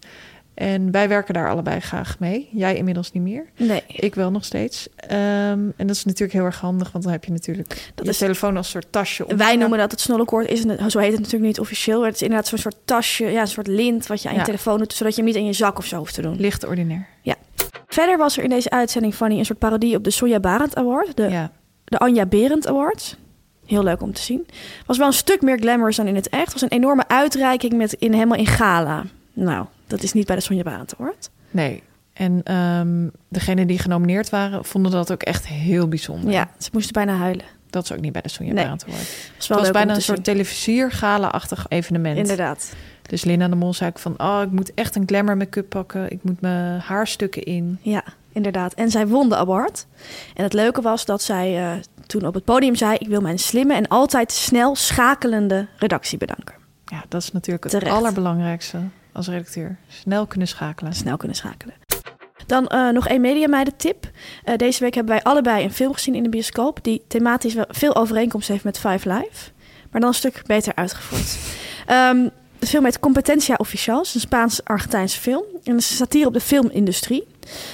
[SPEAKER 7] En wij werken daar allebei graag mee. Jij inmiddels niet meer.
[SPEAKER 8] Nee.
[SPEAKER 7] Ik wel nog steeds. Um, en dat is natuurlijk heel erg handig, want dan heb je natuurlijk dat je is, telefoon als soort tasje. Om
[SPEAKER 8] wij noemen dat het snollenkoord. Is een, zo heet het natuurlijk niet officieel. Maar het is inderdaad zo'n soort tasje, ja, een soort lint wat je aan ja. je telefoon doet, zodat je hem niet in je zak of zo hoeft te doen.
[SPEAKER 7] Licht ordinair.
[SPEAKER 8] Ja. Verder was er in deze uitzending, Fanny, een soort parodie op de Sonja Barend Award. De,
[SPEAKER 7] ja.
[SPEAKER 8] de Anja Berend Award. Heel leuk om te zien. Was wel een stuk meer glamorous dan in het echt. Was een enorme uitreiking met in, helemaal in gala. Nou, dat is niet bij de Sonja Barend Award.
[SPEAKER 7] Nee. En um, degenen die genomineerd waren, vonden dat ook echt heel bijzonder.
[SPEAKER 8] Ja, ze moesten bijna huilen.
[SPEAKER 7] Dat is ook niet bij de Sonja
[SPEAKER 8] nee.
[SPEAKER 7] Barend Award.
[SPEAKER 8] Was wel
[SPEAKER 7] het was bijna een
[SPEAKER 8] zien.
[SPEAKER 7] soort televisier-gala-achtig evenement.
[SPEAKER 8] Inderdaad.
[SPEAKER 7] Dus Linda de Mol zei ook van, oh, ik moet echt een glamour make-up pakken. Ik moet mijn haarstukken in.
[SPEAKER 8] Ja, inderdaad. En zij won de award. En het leuke was dat zij uh, toen op het podium zei, ik wil mijn slimme en altijd snel schakelende redactie bedanken.
[SPEAKER 7] Ja, dat is natuurlijk het
[SPEAKER 8] Terecht.
[SPEAKER 7] allerbelangrijkste als redacteur. Snel kunnen schakelen.
[SPEAKER 8] Snel kunnen schakelen. Dan uh, nog één mediameiden tip. Uh, deze week hebben wij allebei een film gezien in de bioscoop die thematisch wel veel overeenkomst heeft met Five Live. Maar dan een stuk beter uitgevoerd. Um, de film heet Competencia Oficial. Een Spaans-Argentijnse film. En het is een satire op de filmindustrie.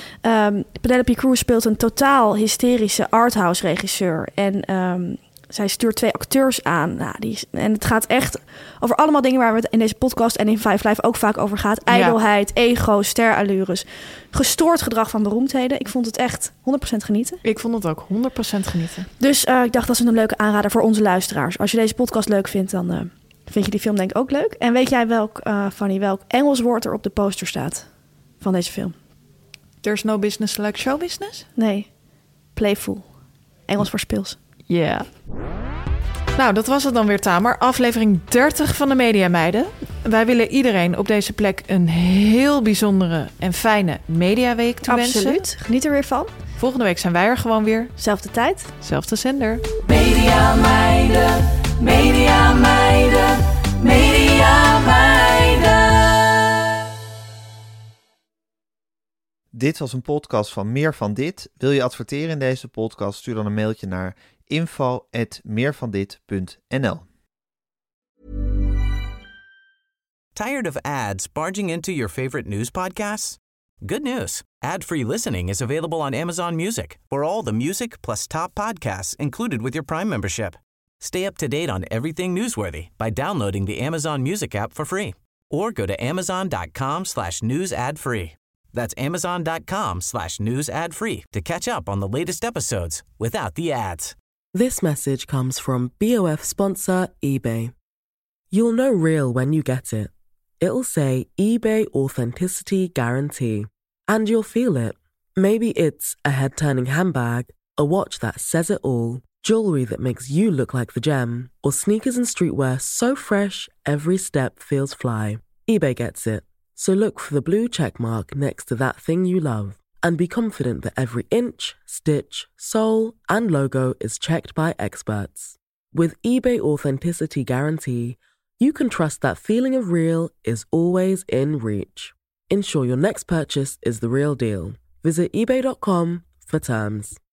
[SPEAKER 8] Um, Penelope Cruz speelt een totaal hysterische arthouse regisseur. En um, zij stuurt twee acteurs aan. Nou, die, en het gaat echt over allemaal dingen waar we het in deze podcast en in Five Live ook vaak over gaat. Ijdelheid, ja. ego, sterallures, gestoord gedrag van beroemdheden. Ik vond het echt honderd procent genieten.
[SPEAKER 7] Ik vond het ook honderd procent genieten.
[SPEAKER 8] Dus uh, ik dacht, dat is een leuke aanrader voor onze luisteraars. Als je deze podcast leuk vindt, dan uh, vind je die film denk ik ook leuk. En weet jij welk, uh, Fanny, welk Engels woord er op de poster staat van deze film?
[SPEAKER 7] There's no business like show business?
[SPEAKER 8] Nee, playful. Engels voor speels.
[SPEAKER 7] Ja. Yeah. Nou, dat was het dan weer, Tamer. Aflevering dertig van de Media Meiden. Wij willen iedereen op deze plek een heel bijzondere en fijne mediaweek toewensen.
[SPEAKER 8] Absoluut. Geniet er weer van.
[SPEAKER 7] Volgende week zijn wij er gewoon weer.
[SPEAKER 8] Zelfde tijd.
[SPEAKER 7] Zelfde zender.
[SPEAKER 4] Media Meiden, Media Meiden, Media Meiden.
[SPEAKER 3] Dit was een podcast van Meer van Dit. Wil je adverteren in deze podcast? Stuur dan een mailtje naar info at meervandit punt n l.
[SPEAKER 1] Tired of ads barging into your favorite news podcasts? Good news. Ad-free listening is available on Amazon Music for all the music plus top podcasts included with your Prime membership. Stay up to date on everything newsworthy by downloading the Amazon Music app for free or go to amazon.com slash news ad free. That's amazon.com slash news ad free to catch up on the latest episodes without the ads.
[SPEAKER 10] This message comes from B O F sponsor eBay. You'll know real when you get it. It'll say eBay Authenticity Guarantee. And you'll feel it. Maybe it's a head-turning handbag, a watch that says it all, Jewelry that makes you look like the gem, or sneakers and streetwear so fresh, every step feels fly. eBay gets it. So look for the blue check mark next to that thing you love. And be confident that every inch, stitch, sole, and logo is checked by experts. With eBay Authenticity Guarantee, you can trust that feeling of real is always in reach. Ensure your next purchase is the real deal. Visit ebay dot com for terms.